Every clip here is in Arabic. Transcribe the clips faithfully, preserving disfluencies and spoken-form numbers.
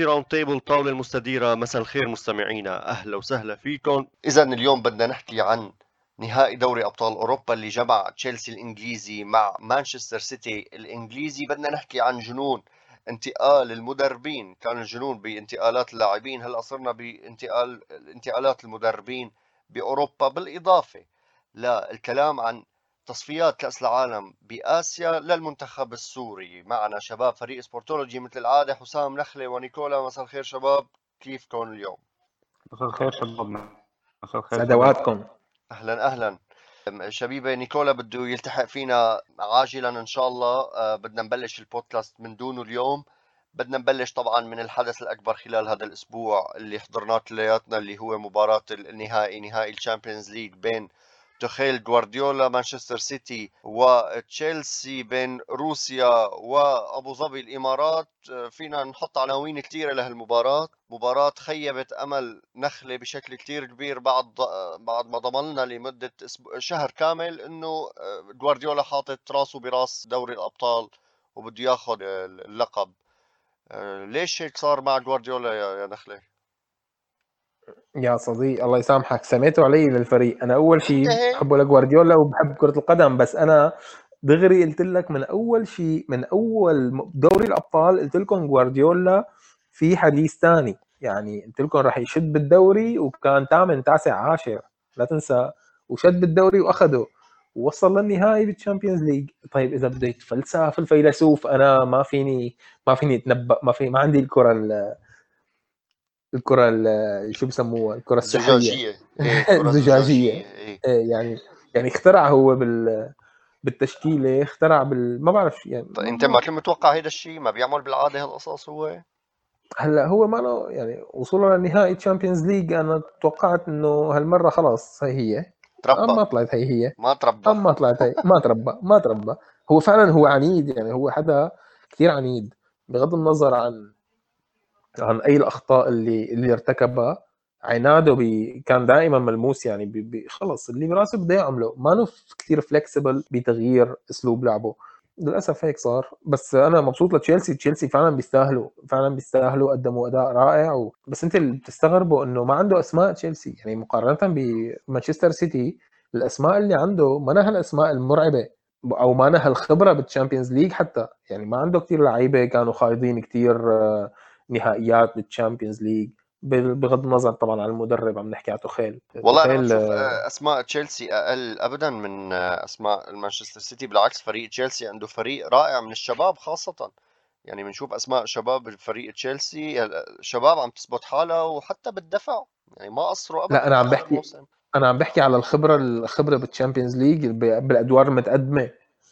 سبورتولوجي راوند تيبل، طاولة المستديرة. مساء الخير مستمعينا، أهلا وسهلا فيكم. إذا اليوم بدنا نحكي عن نهائي دوري أبطال أوروبا اللي جمع تشيلسي الإنجليزي مع مانشستر سيتي الإنجليزي. بدنا نحكي عن جنون انتقال المدربين، كان الجنون بانتقالات اللاعبين، هلا صرنا بانتقال انتقالات المدربين بأوروبا، بالإضافة للكلام عن تصفيات كأس العالم بآسيا للمنتخب السوري. معنا شباب فريق سبورتولوجي مثل العادة، حسام نخلة ونيكولا. مساء الخير شباب، كيفكم اليوم؟ مساء الخير شباب. مساء الخير سعدواتكم. أهلا أهلا شبيبة. نيكولا بده يلتحق فينا عاجلا إن شاء الله. أه بدنا نبلش البودكاست من دونه اليوم. بدنا نبلش طبعا من الحدث الأكبر خلال هذا الأسبوع اللي حضرناه كلياتنا، اللي هو مباراة النهائي، نهائي الشامبيونز ليج بين توخيل جوارديولا مانشستر سيتي وتشيلسي، بين روسيا وابو ظبي الامارات. فينا نحط عناوين كثيره لهالمباراه. مباراه خيبت امل نخله بشكل كثير كبير بعد بعد ما ضمننا لمده شهر كامل انه جوارديولا حاطط راسه براس دوري الابطال وبده ياخذ اللقب. ليش هيك صار مع جوارديولا يا نخله؟ يا صديق الله يسامحك، سميتوا علي للفريق. انا اول شيء بحبه لجوارديولا وبحب كرة القدم، بس انا دغري قلت لك من اول شيء، من اول دوري الابطال قلت لكم جوارديولا في حديث ثاني، يعني قلت لكم راح يشد بالدوري، وكان ثامن تاسع عاشر لا تنسى، وشد بالدوري واخده ووصل للنهائي بالتشامبيونز ليج. طيب اذا بده يتفلسف الفيلسوف، انا ما فيني ما فيني اتنبأ، ما في ما عندي الكرة الكرة شو بسموها، الكرة الزجاجية. الزجاجية. إيه. يعني يعني اخترع هو بال بالتشكيلة، اخترع بال ما بعرف يعني. طيب انت ما كنت متوقع هذا الشيء؟ ما بيعمل بالعادة هالقصص هو. هلا هو ما له يعني وصوله للنهائي تشامبيونز ليج، انا توقعت انه هالمرة خلاص هي هي تربى. اما طلعت هي هي ما تربى. اما طلعت هي ما تربى ما تربى. هو فعلا هو عنيد، يعني هو حدا كثير عنيد بغض النظر عن عن اي الاخطاء اللي اللي ارتكبها. عناده بي كان دائما ملموس، يعني بي بي خلص اللي براسه بده يعمله، ما له كثير فلكسبل بتغيير اسلوب لعبه. للاسف هيك صار. بس انا مبسوط لتشيلسي، تشيلسي فعلا بيستاهلوا فعلا بيستاهلوا قدموا اداء رائع و... بس انت اللي بتستغربه انه ما عنده اسماء تشيلسي، يعني مقارنه بمانشستر سيتي الاسماء اللي عنده ما لها الاسماء المرعبه، او ما لها الخبره بالتشامبيونز ليج حتى. يعني ما عنده كثير لعيبه كانوا خايضين كثير نهائيات بالتشامبيونز ليج، بغض النظر طبعا عن المدرب، عم نحكي على توخيل. والله انا توخيل بشوف اسماء تشيلسي اقل ابدا من اسماء مانشستر سيتي. بالعكس، فريق تشيلسي عنده فريق رائع من الشباب خاصه. يعني بنشوف اسماء شباب الفريق تشيلسي، شباب عم تثبت حالها، وحتى بالدفع يعني ما قصروا ابدا. لا انا عم بحكي انا عم بحكي على الخبره الخبره بالتشامبيونز ليج بالادوار المتقدمه.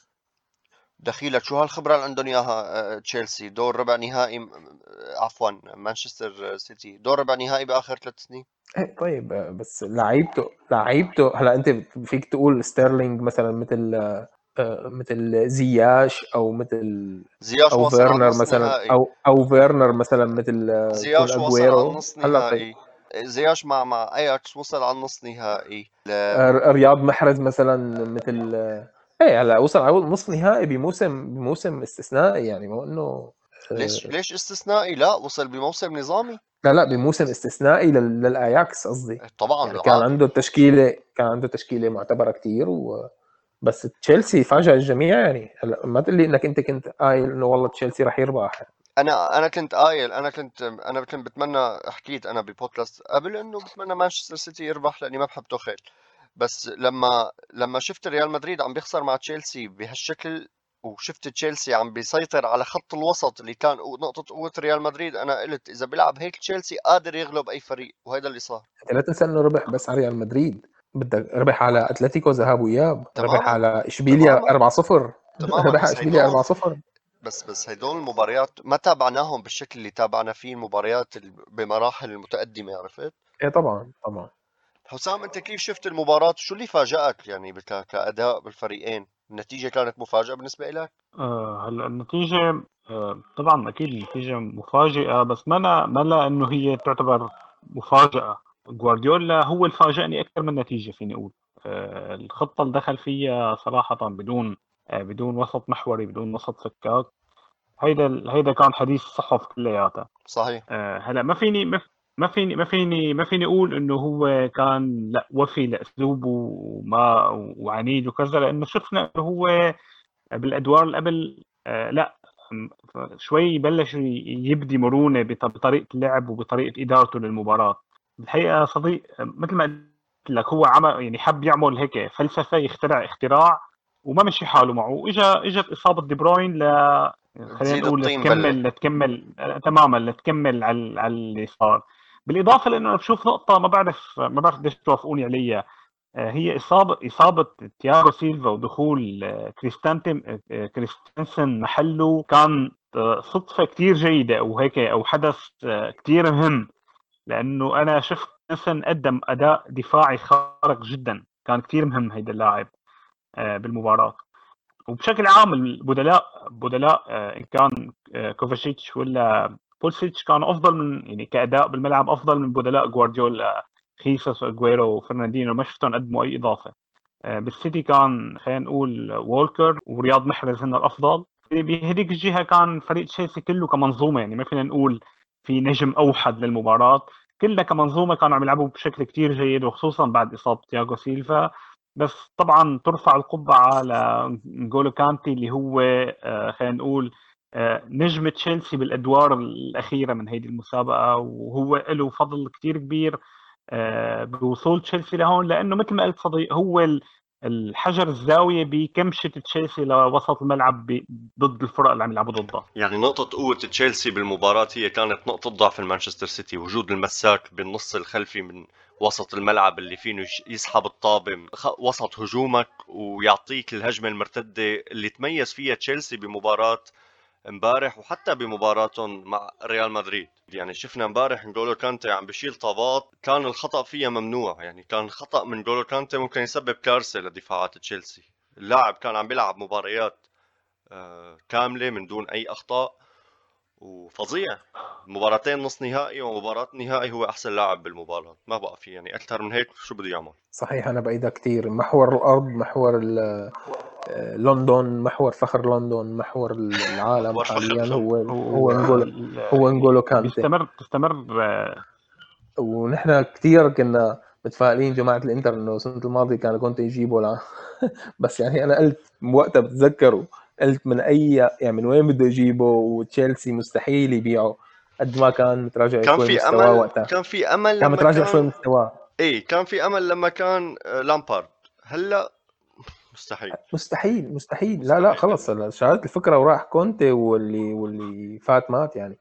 دخيلك شو هالخبره اللي عندهم اياها تشيلسي؟ دور ربع نهائي، عفوا مانشستر سيتي دور ربع نهائي باخر ثلاث سنين. ايه طيب، بس لعيبته لعيبته هلا انت فيك تقول ستيرلينج مثلا، مثل مثل زياش او مثل زياش او فيرنر مثلا نهائي. او او فيرنر مثلا مثل زياش وصل على النص هلا نهائي. طيب. زياش مع مع اياكس وصل على النص نهائي. رياض محرز مثلا مثل ايه هلا وصل على نص نهائي بموسم بموسم استثنائي، يعني مو انه ليش ليش استثنائي؟ لا وصل بموسم نظامي. لا لا بموسم استثنائي للاياكس قصدي. طبعا يعني كان عنده تشكيله كان عنده تشكيله معتبره كتير و... بس تشيلسي فاجأ الجميع. يعني هلا ما تقول لي انك انت كنت قايل انه والله تشيلسي راح يربح. انا انا كنت قايل انا كنت انا كنت بتمنى، حكيت انا ببودكاست قبل انه بتمنى مانشستر سيتي يربح لاني ما بحب توخيل. بس لما لما شفت ريال مدريد عم بيخسر مع تشيلسي بهالشكل، وشفت تشيلسي عم بيسيطر على خط الوسط اللي كان نقطة قوة ريال مدريد، أنا قلت إذا بيلعب هيك تشيلسي قادر يغلب أي فريق، وهذا اللي صار. أنت لا تنسى إنه ربح بس على ريال مدريد، بدك ربح على أتلتيكو ذهاب وإياب، ربح على إشبيليا أربعة صفر، ربح على إشبيليا أربعة صفر. بس بس هدول المباريات ما تابعناهم بالشكل اللي تابعنا فيه المباريات بمراحل المتقدمة، عرفت؟ إيه طبعا طبعا. حسام أنت كيف شفت المباراة؟ شو اللي فاجأك يعني كأداء بالفريقين؟ النتيجة كانت مفاجأة بالنسبة لك؟ آه هلا النتيجة آه طبعا أكيد النتيجة مفاجئة، بس ما لا ما لا إنه هي تعتبر مفاجأة. جوارديولا هو اللي فاجأني أكثر من النتيجة، فيني أقول. آه الخطة اللي دخل فيها صراحة بدون آه بدون وسط محوري، بدون وسط سكاك. هيدا هيدا كان حديث صحف كلياتها. صحيح. آه، هلا ما فيني ما ما فيني ما فيني ما فيني اقول انه هو كان لا وفي لاسلوبه وما وعنيد وكذا، لانه شفنا انه هو بالادوار اللي قبل آه لا م- شوي بلش ي- يبدي مرونه بط- بطريقه اللعب وبطريقه ادارته للمباراه. الحقيقه صديق آه، مثل ما قلت لك هو عمل يعني حب يعمل هيك فلسفه، يخترع اختراع وما مشي حاله معه، واجا اجت اصابه دي بروين ل خلينا تزيد نقول الطين بلة. لتكمل لتكمل آه، تماما لتكمل على على اللي صار. بالاضافه لانه انا بشوف نقطه ما بعرف ما بعرف قديش توافقوني عليها. آه، هي إصابة إصابة تياغو سيلفا ودخول آه، كريستانتن آه، كريستنسن محله كان آه، صدفة كتير جيدة أو هيك أو حدث آه، كتير مهم، لأنه أنا شفت كريستنسن قدم أداء دفاعي خارق جدا، كان كتير مهم هيدا اللاعب آه، بالمباراة. وبشكل عام البدلاء بدلاء آه، إن كان آه، كوفاشيتش ولا بولسيتش كانوا أفضل من يعني كأداء بالملعب أفضل من بدلاء جوارديولا. خيسوس واجويرو وفرناندينو ما شفتهم قدموا أي إضافة. آه، بالسيتي كان خلينا نقول وولكر ورياض محرز هن الافضل. بهذيك الجهه كان فريق تشيلسي كله كمنظومه، يعني ما فينا نقول في نجم اوحد للمباراه، كلها كمنظومه كانوا عم يلعبوا بشكل كتير جيد، وخصوصا بعد اصابه تياغو سيلفا. بس طبعا ترفع القبعه لنجولو كانتي اللي هو آه، خلينا نقول آه، نجم تشيلسي بالادوار الاخيره من هذه المسابقه، وهو له فضل كتير كبير آه، بوصول تشيلسي لهون، لانه مثل ما قلت صديق هو ال- الحجر الزاويه بكمشه تشيلسي لوسط الملعب ب- ضد الفرق اللي عم يلعبوا ضدها. يعني نقطة قوة تشيلسي بالمباراة هي كانت نقطة ضعف المانشستر سيتي، وجود المساك بالنص الخلفي من وسط الملعب اللي فينه يش- يسحب الطابة من خ- وسط هجومك ويعطيك الهجمة المرتدة اللي تميز فيها تشيلسي بمباراة امبارح وحتى بمباراتهم مع ريال مدريد. يعني شفنا امبارح نجولو كانتي عم بشيل طابات كان الخطأ فيها ممنوع، يعني كان خطأ من نجولو كانتي ممكن يسبب كارثة لدفاعات تشيلسي. اللاعب كان عم بيلعب مباريات آه، كاملة من دون أي أخطاء وفظيع. مباراتين نص نهائي ومباراة نهائي هو أحسن لاعب بالمباراة، ما بقى في يعني أكثر من هيك شو بده يعمل. صحيح، انا بايدها كتير. محور الارض، محور ال- آه، لندن، محور فخر لندن، محور العالم محور فخر حاليا لندن. هو هو هو انجولو ال- هو انجولو يعني كانتي. بيستمر تستمر آه، ونحن كتير كنا متفائلين جماعة الانتر انه السنة الماضية كانوا كنت يجيبوا لا بس يعني انا قلت وقتها بتذكروا قلت من اي يعني من وين بده يجيبه، وتشيلسي مستحيل يبيعه قد ما كان متراجع كان شوي في مستواه أمل، وقتها. كان في أمل كان لما متراجع شوي كان مستواه. إيه كان في أمل لما كان آه، لامبارد. هلا مستحيل. مستحيل مستحيل لا لا مستحيل خلص يعني. شالت الفكرة وراح كونتي، واللي واللي فات مات يعني.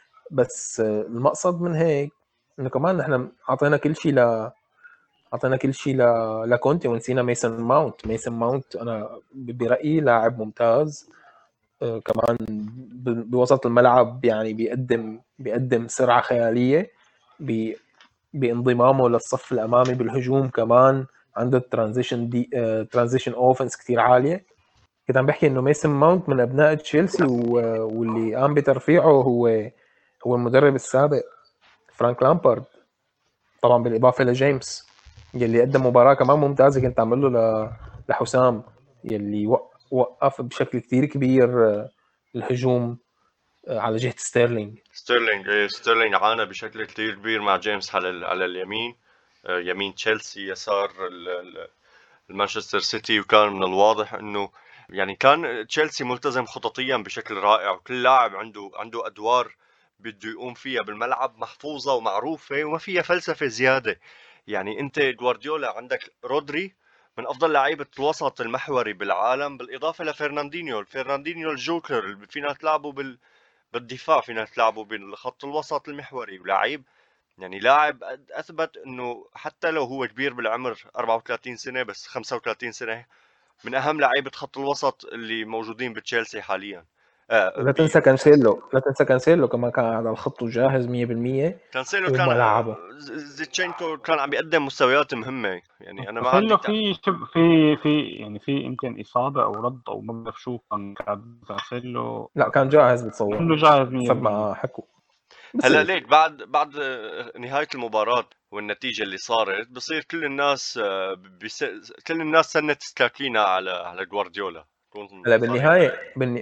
بس المقصد من هيك انه كمان نحن اعطينا كل شيء ل اعطينا كل شيء ل... لكونتي ونسينا ميسون ماونت. ميسون ماونت انا برايي لاعب ممتاز. آه، كمان ب- بوسط الملعب يعني بيقدم بيقدم سرعه خياليه. ب... بانضمامه للصف الامامي بالهجوم كمان عنده ترانزيشن دي ترانزيشن اوفنس كثير عاليه. كنت عم بحكي انه ميسون ماونت من ابناء تشيلسي، و... واللي قام بترفيعه هو هو المدرب السابق فرانك لامبارد، طبعا بالاضافه لجيمس يلي قدم مباراه كمان ممتازه. كنت عامل له ل... لحسام يلي وق- وقف بشكل كتير كبير آه، الهجوم آه، على جهه ستيرلينج. ستيرلينج إيه ستيرلينج عانى بشكل كتير كبير مع جيمس على ال- على اليمين، آه، يمين تشيلسي يسار ال- ال- المانشستر سيتي. وكان من الواضح انه يعني كان تشيلسي ملتزم خططيا بشكل رائع، وكل لاعب عنده عنده ادوار بده يقوم فيها بالملعب محفوظة ومعروفة وما فيها فلسفة زيادة. يعني انت جوارديولا عندك رودري من افضل لعيبة الوسط المحوري بالعالم، بالاضافة لفرناندينيو الفرناندينيو الجوكر اللي فينا تلعبه بال بالدفاع، فينا تلعبه بالخط الوسط المحوري. ولاعيب يعني لاعب اثبت انه حتى لو هو كبير بالعمر أربعة وثلاثين سنة بس خمسة وثلاثين سنة من اهم لعيبة خط الوسط اللي موجودين بتشيلسي حاليا. آه ولا بي تنسى كانسيلو لا تنسى كانسيلو كمان كان على الخط وجاهز مية بالمية كانسيلو كان وما آه، لعبه. ز- زيتشينكو كان عم بيقدم مستويات مهمة، يعني انا ما عندي كانسيلو تع... في شب في في يعني في يمكن اصابه او رد او ما بعرف شو كان كان كانسيلو لا كان جاهز بتصور، منه جاهز حسب مية بالمية. ما حكوا. هلا بصير ليك بعد بعد آه، نهاية المباراة والنتيجة اللي صارت بصير كل الناس آه، بيس... كل الناس سنت سكاكينة على على جوارديولا. كون هلا صريح بالنهايه معك. بالن...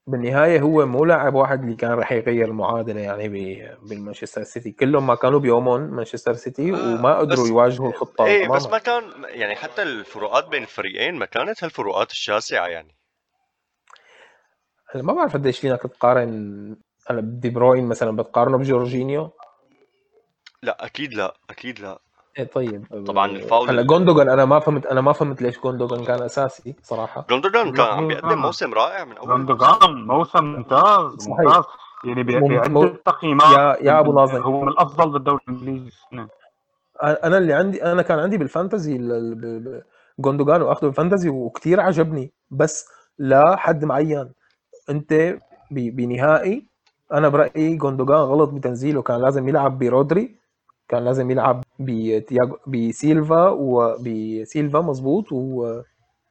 بالنهايه هو مو لاعب واحد اللي كان راح يغير المعادله يعني بالمانشستر سيتي، كلهم ما كانوا بيومون مانشستر سيتي وما قدروا بس يواجهوا الخطه ايه بس تماما. ما كان يعني حتى الفروقات بين الفريقين ما كانت هالفروقات الشاسعة يعني. انا ما بعرف قديش فينك تقارن انا بدي بروين مثلا بتقارنه بجورجينيو. لا اكيد لا اكيد لا. ايه طيب طبعا الفاول هلا ال- جوندوجان انا ما فهمت انا ما فهمت ليش جوندوجان كان اساسي صراحه. جوندوجان كان عم لحظة بيقدم موسم رائع من اول الموسم. غاندوجان موسم ممتاز صحيح. ممتاز يعني ب- مم... بعدة مو... تقييمات يا يا ابو من- ناظم، هو من الافضل بالدوري الانجليزي السنة. انا اللي عندي انا كان عندي بالفانتزي ال- ال- ب- ب- جوندوجان واخده بالفانتزي وكتير عجبني، بس لا حد معين. انت ب- بنهائي انا برايي جوندوجان غلط بتنزيله، كان لازم يلعب برودري، كان لازم يلعب بتياجو بسيلفا وبسيلفا مظبوط و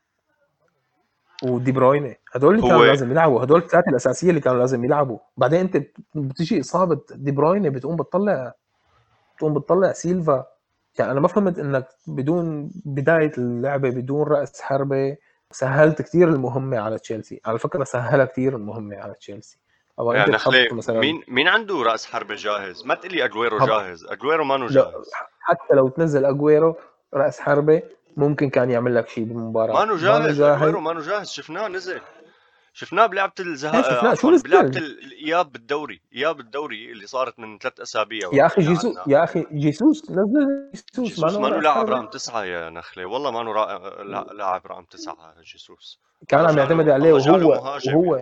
ودي بروينه، هدول اللي كانوا هو لازم يلعبوا، هدول الثلاثه الاساسيه اللي كانوا لازم يلعبوا. بعدين انت بتيجي اصابه دي بروينه بتقوم بتطلع بتقوم بتطلع سيلفا. يعني انا ما فهمت انك بدون بدايه اللعبه بدون راس حربه سهلت كثير المهمه على تشيلسي، على فكره سهلها كثير المهمه على تشيلسي. او انت يعني نخلي تحط مثلا مين مين عنده راس حربة جاهز؟ ما تقلي اجويرو هم... جاهز، اجويرو مانو لا جاهز. حتى لو تنزل اجويرو راس حربه ممكن كان يعمل لك شيء بالمباراه، مانو مانو جاهز، جاهز. اجويرو مانو جاهز، شفناه نزل، شفناه بلعبة الزها... ايه آه، شفناه شو عفوا بلعبة نزل. ال- الاياب بالدوري، اياب الدوري اللي صارت من ثلاث اسابيع يا وقت اخي اللي جيسوس قعدنا. يا اخي جيسوس نزل جيسوس جيسوس معنا مانو راس لاعب حربه. رقم تسعة يا نخلة، والله مانو را... لا- لاعب رقم تسعة جيسوس. كان الله عم يعتمد جاله عليه الله جاله وهو مهاجم وهو يعني.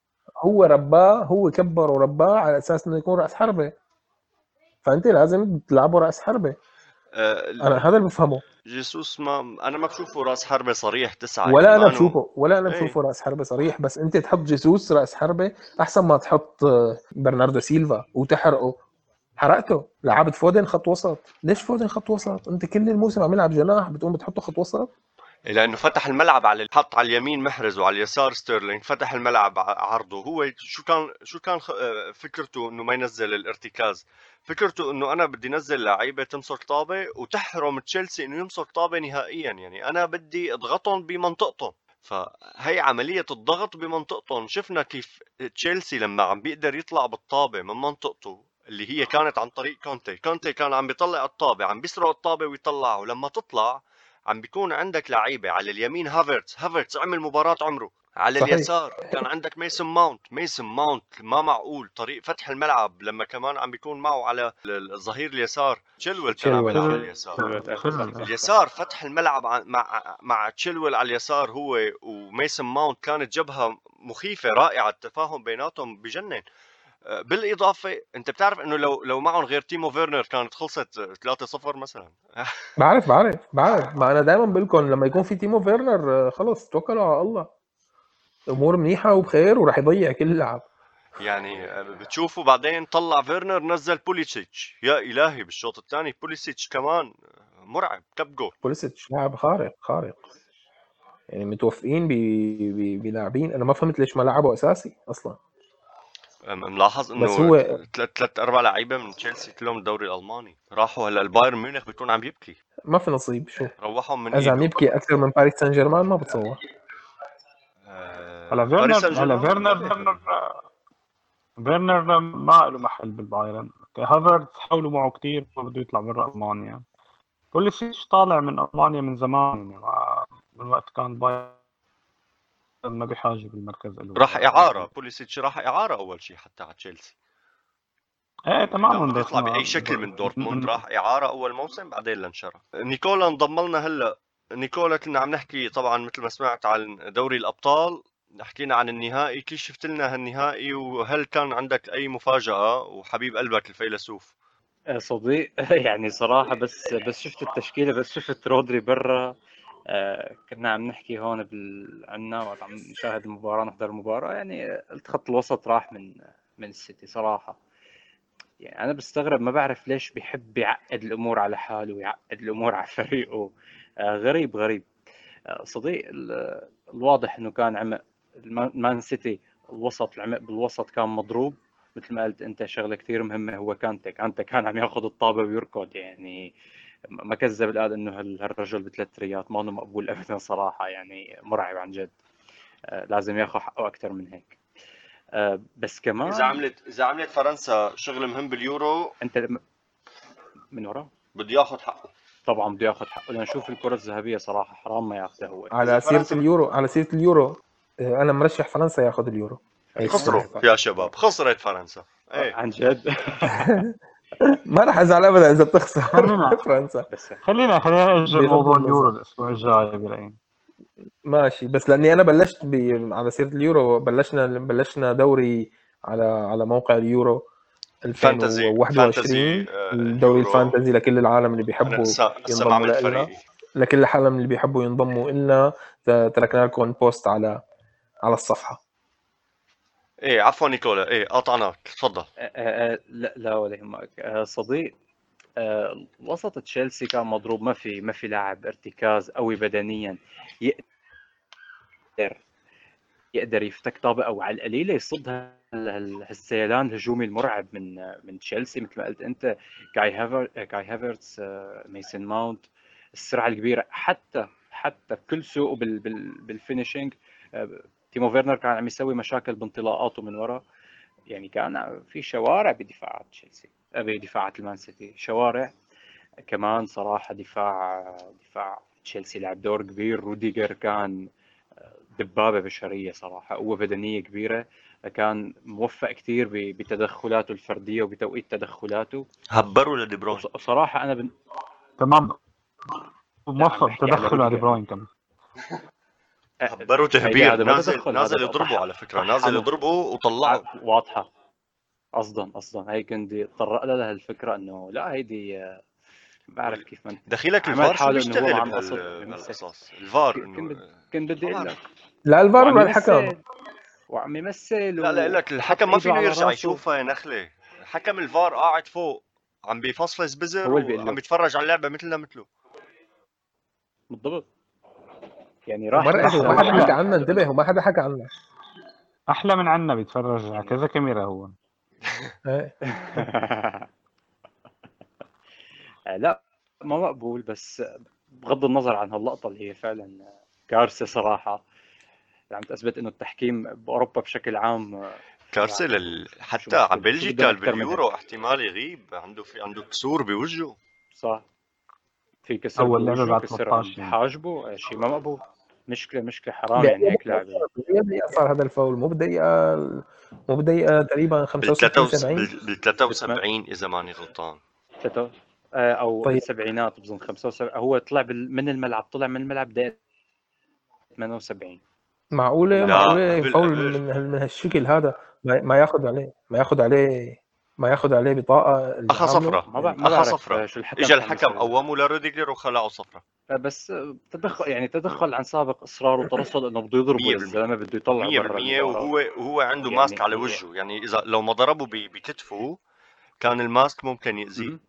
هو رباه، هو كبر ورباه على اساس انه يكون راس حربه، فانت لازم تلعبه راس حربه. آه، انا هذا اللي بفهمه. جيسوس ما انا ما بشوفه راس حربة صريح تسعة يعني، ولا انا مانو. بشوفه ولا انا ايه بشوفه راس حربه صريح، بس انت تحط جيسوس راس حربه احسن ما تحط آه، برناردو سيلفا وتحرقه. حرقته، لعبت فودن خط وسط، ليش فودن خط وسط؟ انت كل الموسم عم يلعب جناح بتقوم بتحطه خط وسط. لانه فتح الملعب على حط على اليمين محرز وعلى اليسار ستيرلينج، فتح الملعب ع- عرضه. هو شو كان شو كان خ- آه، فكرته انه ما ينزل الارتكاز، فكرته انه انا بدي نزل لعيبه تمسك طابه وتحرم تشيلسي انه يمسك طابه نهائيا، يعني انا بدي اضغطهم بمنطقتهم. فهي عملية الضغط بمنطقتهم، شفنا كيف تشيلسي لما عم بيقدر يطلع بالطابة من منطقته اللي هي كانت عن طريق كونتي، كونتي كان عم بيطلع الطابة، عم بيسرق الطابة ويطلعه، ولما تطلع عم بيكون عندك لعيبة على اليمين. هافرتس هافرتس عمل مباراة عمره. على صحيح. اليسار كان عندك ميسن ماونت، ميسن ماونت ما معقول طريق فتح الملعب لما كمان عم بيكون معه على ال- الظهير اليسار. تشيلويل كان عم تشيلويل. يلعب على شيل اليسار. شيل شيل. اليسار فتح الملعب ع- مع مع تشيلويل على اليسار هو وميسن ماونت، كانت جبهة مخيفة رائعة، التفاهم بيناتهم بجنن. آه، بالإضافة أنت بتعرف إنه لو لو معهم غير تيمو فيرنر كانت خلصت ثلاثة صفر مثلا. بعرف بعرف بعرف ما انا دايما بقول لكم لما يكون في تيمو فيرنر آه، خلص توكلوا على الله، الامور منيحه وبخير وراح يضيع كل اللعب. يعني آه، بتشوفوا بعدين طلع فيرنر نزل بوليسيتش، يا إلهي بالشوط الثاني بوليسيتش كمان آه، مرعب، كب جول. بوليسيتش لاعب خارق خارق، يعني متوفقين ب- ب- بلاعبين، انا ما فهمت ليش ما لعبوا اساسي اصلا. ملاحظ بس انه هو ثلاث ثلاث اربع لعيبه من تشيلسي كلهم الدوري الالماني راحوا. هلا البايرن ميونخ بيكون عم يبكي، ما في نصيب، شو روحهم من اذا عم ايده. يبكي اكثر من باريس سان جيرمان ما بتصور. هلا آه، باريس سان فيرنر هلا جيرمان فيرنر فيرنر فيرنر ما له محل بالبايرن. هافرتز حاولوا معه كتير بده يطلع برا المانيا. بوليسيتش طالع من المانيا من زمان يعني ما- من وقت كان بايرن ما بحاجه بالمركز له راح ولا اعاره، مركز. بوليسيتش راح اعاره اول شيء حتى على تشيلسي. ايه ما كان تماما بده بس يطلع باي ما شكل من دورتموند، من راح اعاره اول موسم بعدين لانشرى. نيكولا انضم لنا هلا. نيكولا كنا عم نحكي طبعا مثل ما سمعت عن دوري الابطال، حكينا عن النهائي، كيف شفت لنا هالنهائي وهل كان عندك اي مفاجأة؟ وحبيب قلبك الفيلسوف. آه، صديق يعني صراحة بس بس شفت التشكيلة، بس شفت رودري برا. آه، كنا عم نحكي هون بال... عنا وقت عم نشاهد المباراة نحضر المباراة، يعني قلت خط الوسط راح من من السيتي صراحة. يعني أنا بستغرب، ما بعرف ليش بيحب يعقد الأمور على حاله ويعقد الأمور على فريقه. آه، غريب غريب. آه، صديق ال- الواضح إنه كان عمق المان مان سيتي، الوسط العمق بالوسط كان مضروب. مثل ما قلت أنت شغلة كثير مهمة، هو كانتي كانتي كان عم ياخذ الطابة ويركض يعني. ما كذب الآن إنه هال- هالرجل بثلاث ريات ما إنه مقبول أبدا صراحة، يعني مرعب عن جد. آه، لازم ياخذ حقه أكثر من هيك. آه بس اذا كمان عملت اذا عملت فرنسا شغل مهم باليورو انت لما- من ورا بده ياخذ حقه. طبعا بده ياخذ حقه، لنشوف الكره الذهبيه صراحه حرام ما ياخذها هو. اذا على سيره فرنسا اليورو على سيره اليورو آه، انا مرشح فرنسا ياخذ اليورو هي خسروا السنه. يا شباب، خسرت فرنسا. ايه عن جد. ما راح ازعل ابدا اذا بتخسر خلينا فرنسا بس خلينا خلينا نأجل بغض موضوع اليورو النظر. الأسبوع الجاي برأيي. ماشي، بس لاني انا بلشت ب... على سيره اليورو بلشنا بلشنا دوري على على موقع اليورو فانتزي ألفين وواحد وعشرين، فانتزي آه، الدوري يورو. الفانتزي لكل العالم اللي انا بيحبوا هسه هسه ينضموا بعمل لنا، فريقي. لكل العالم اللي بيحبوا ينضموا لنا تركنا لكم بوست على على الصفحه. ايه عفوا نيكولا، ايه قاطعناك، تفضل. آه، آه، لا لا ولا يهمك. آه، صديق، آه، وسط تشيلسي كان مضروب، ما في ما في لاعب ارتكاز قوي بدنيا يقدر يقدر يفتك طابه او على القليله يصد هال- هال- هالسيلان الهجومي المرعب من من تشيلسي. مثل ما قلت انت، كاي هافر كاي هافرتس، آه، ميسن ماونت، السرعه الكبيره، حتى حتى بكل سوءه بال بال بالفينيشينج. آه، تيمو فيرنر كان عم يسوي مشاكل بانطلاقاته من ورا. يعني كان في شوارع بدفاعات تشيلسي، آه، بدفاعات المان سيتي شوارع. كمان صراحة دفاع دفاع تشيلسي لعب دور كبير. روديجر كان دبابة بشرية صراحة، قوة بدنية كبيرة، كان موفق كتير ب- بتدخلاته الفردية وبتوقيت تدخلاته. هبروا لدي بروين. وص- وصراحة أنا بن... تمام، لا عم موفق بحكي على تدخل على دي روديجر. بروين كمان. أه، هبروا هيدي تهبير، هذا ما نازل تدخل، نازل هذا يضربوا طح على فكرة، نازل طحنه. يضربوا وطلعوا. ع- واضحة. قصدا قصدا هي كنت طرق لها الفكرة إنه لا، هيدي آه، بعرف كيف ما دخيلك عمل الفار شو حاله إنه هو بيشتغل معنقص بهال- بيمثل. بهالقصص؟ الفار كنت انه بد- كنت بدي ما أقول بعرف. لك، لا الفار وعم ولا الحكم؟ يمثل وعم يمثل لا لا لك وحط الحكم ما ايده فينه على يرجع راسه. يشوفها يا نخلة. حكم الفار قاعد فوق عم بيفصفص بزر هو اللي بيقول وعم له يتفرج على اللعبة مثلنا مثله. بالضبط. يعني راح ومرقت وما تساوي حدا حكى أحلى عنا، انتبه، وما حدا حكى عنا. أحلى من عنا، بيتفرج على يعني كذا كاميرا هو. إيه. لا ما مقبول، بس بغض النظر عن هاللقطة اللي هي فعلا كارثة صراحة، عم تثبت انه التحكيم باوروبا بشكل عام كارثة يعني لل... شو حتى على مشكلة، شو بدهم بلجيكا اكثر من هيك؟ باليورو احتمال يغيب، عنده في عنده كسور بوجهه. صح، في كسر أول لعبة بوجهه، بعد كسر ثلاثة عند عشر يوم. حاجبه، شيء ما مقبول. مشكلة مشكلة حرام بأي يعني هيك دقيقة لاعب. بأي دقيقة صار هذا الفاول؟ مو بدقيقة مو بدقيقة تقريبا خمسة وستين سبعين. بال ثلاثة وسبعين اذا ماني غلطان. ستة آه، او طيب بالسبعينات بظن خمسة وسبعين. هو طلع بال- من الملعب، طلع من الملعب دقيقة ثمانية وسبعين. معقولة طلع من لا معقولة الملعب. قبل فاول قبل من هال- من هالشكل هذا ما ما ياخذ عليه ما ياخذ عليه ما ياخذ عليه بطاقة اللي اخا عامله صفرة، ما بع- يعني. ما اخا بعرف صفرة. آه، شو الحكم اجى كان الحكم مسوي. قوموا لروديجر وخلعوا صفرة. آه، بس آه، تدخل يعني تدخل عن سابق اصرار وترصد انه بده يضربه مية بالمية للزلمه، بده يطلعه مية برا بالمية المباراه. وهو وهو عنده ماسك يعني على وجهه، يعني اذا لو ما ضربه ب- بكتفه كان الماسك ممكن يأذيه. مهم.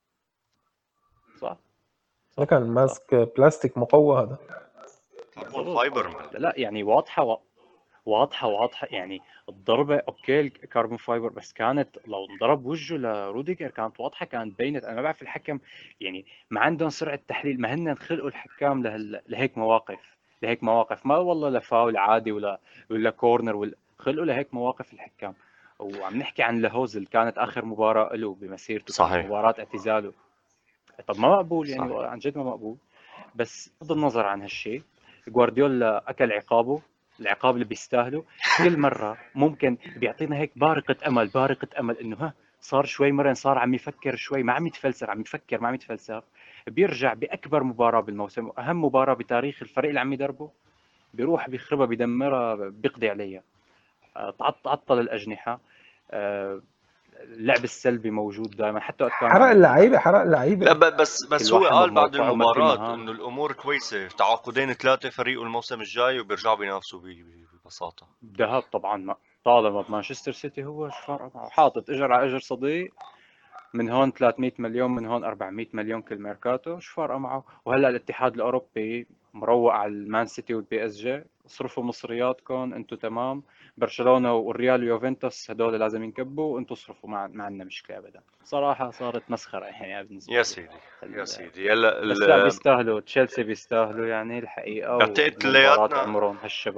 صح ما صح كان صح ماسك بلاستيك مقوى هذا. كربون بالضبط. فايبر من لا لا يعني واضحه و... واضحه واضحه يعني الضربه اوكي الكربون فايبر، بس كانت لو انضرب وجهه لروديجر كانت واضحه، كانت بينت. انا ما بعرف الحكم يعني ما عندهم سرعه تحليل، ما هن خلقوا الحكام لهال... لهيك مواقف لهيك مواقف ما والله لفاول عادي ولا ولا كورنر ولا خلقوا لهيك مواقف الحكام. وعم نحكي عن لاهوزل، كانت اخر مباراه له بمسيرته، كانت صحيح مباراه اعتزاله. طب ما مقبول يعني، صحيح. عن جد ما مقبول. بس بغض النظر عن هالشيء، جوارديولا اكل عقابه، العقاب اللي بيستاهله. كل مره ممكن بيعطينا هيك بارقه امل، بارقه امل انه ها صار شوي مرن، صار عم يفكر شوي، ما عم يتفلسف، عم يفكر ما عم يتفلسف. بيرجع باكبر مباراه بالموسم واهم مباراه بتاريخ الفريق اللي عم يدربه، بيروح بيخربها، بدمرها، بيقضي عليها. آه، تعط- عطل الاجنحه. آه، اللعب السلبي موجود دائما، حتى وقت كانوا حرق عم اللعيبة حرق لا اللعيبة. ب- بس بس كل هو واحد قال بعد بموقعه ومثل المباراة مهام. انه الامور كويسة، تعاقدين ثلاثة فريقه الموسم الجاي وبيرجعوا بينافسوا ب- ب- ببساطة. الذهاب طبعا، ما طالما بمانشستر سيتي هو شو فارق معه، حاطط اجر على اجر صديق، من هون ثلاثمية مليون، من هون أربعمية مليون كل ميركاتو، شو فارقه معه. وهلا الاتحاد الاوروبي مروق على المان سيتي والبي اس جي، اصرفوا مصرياتكم انتم تمام. برشلونه والريال ويوفنتوس هدول لازم ينكبوا، وانتم اصرفوا، ما ما عندنا مشكله ابدا. صراحه صارت مسخره يعني بالنسبه يا لي. سيدي يا ال- سيدي هلا بس لا ال- بيستاهلوا، تشيلسي بيستاهلوا يعني الحقيقه، بعتقد ومباراه كلياتنا عمرهم هالشباب.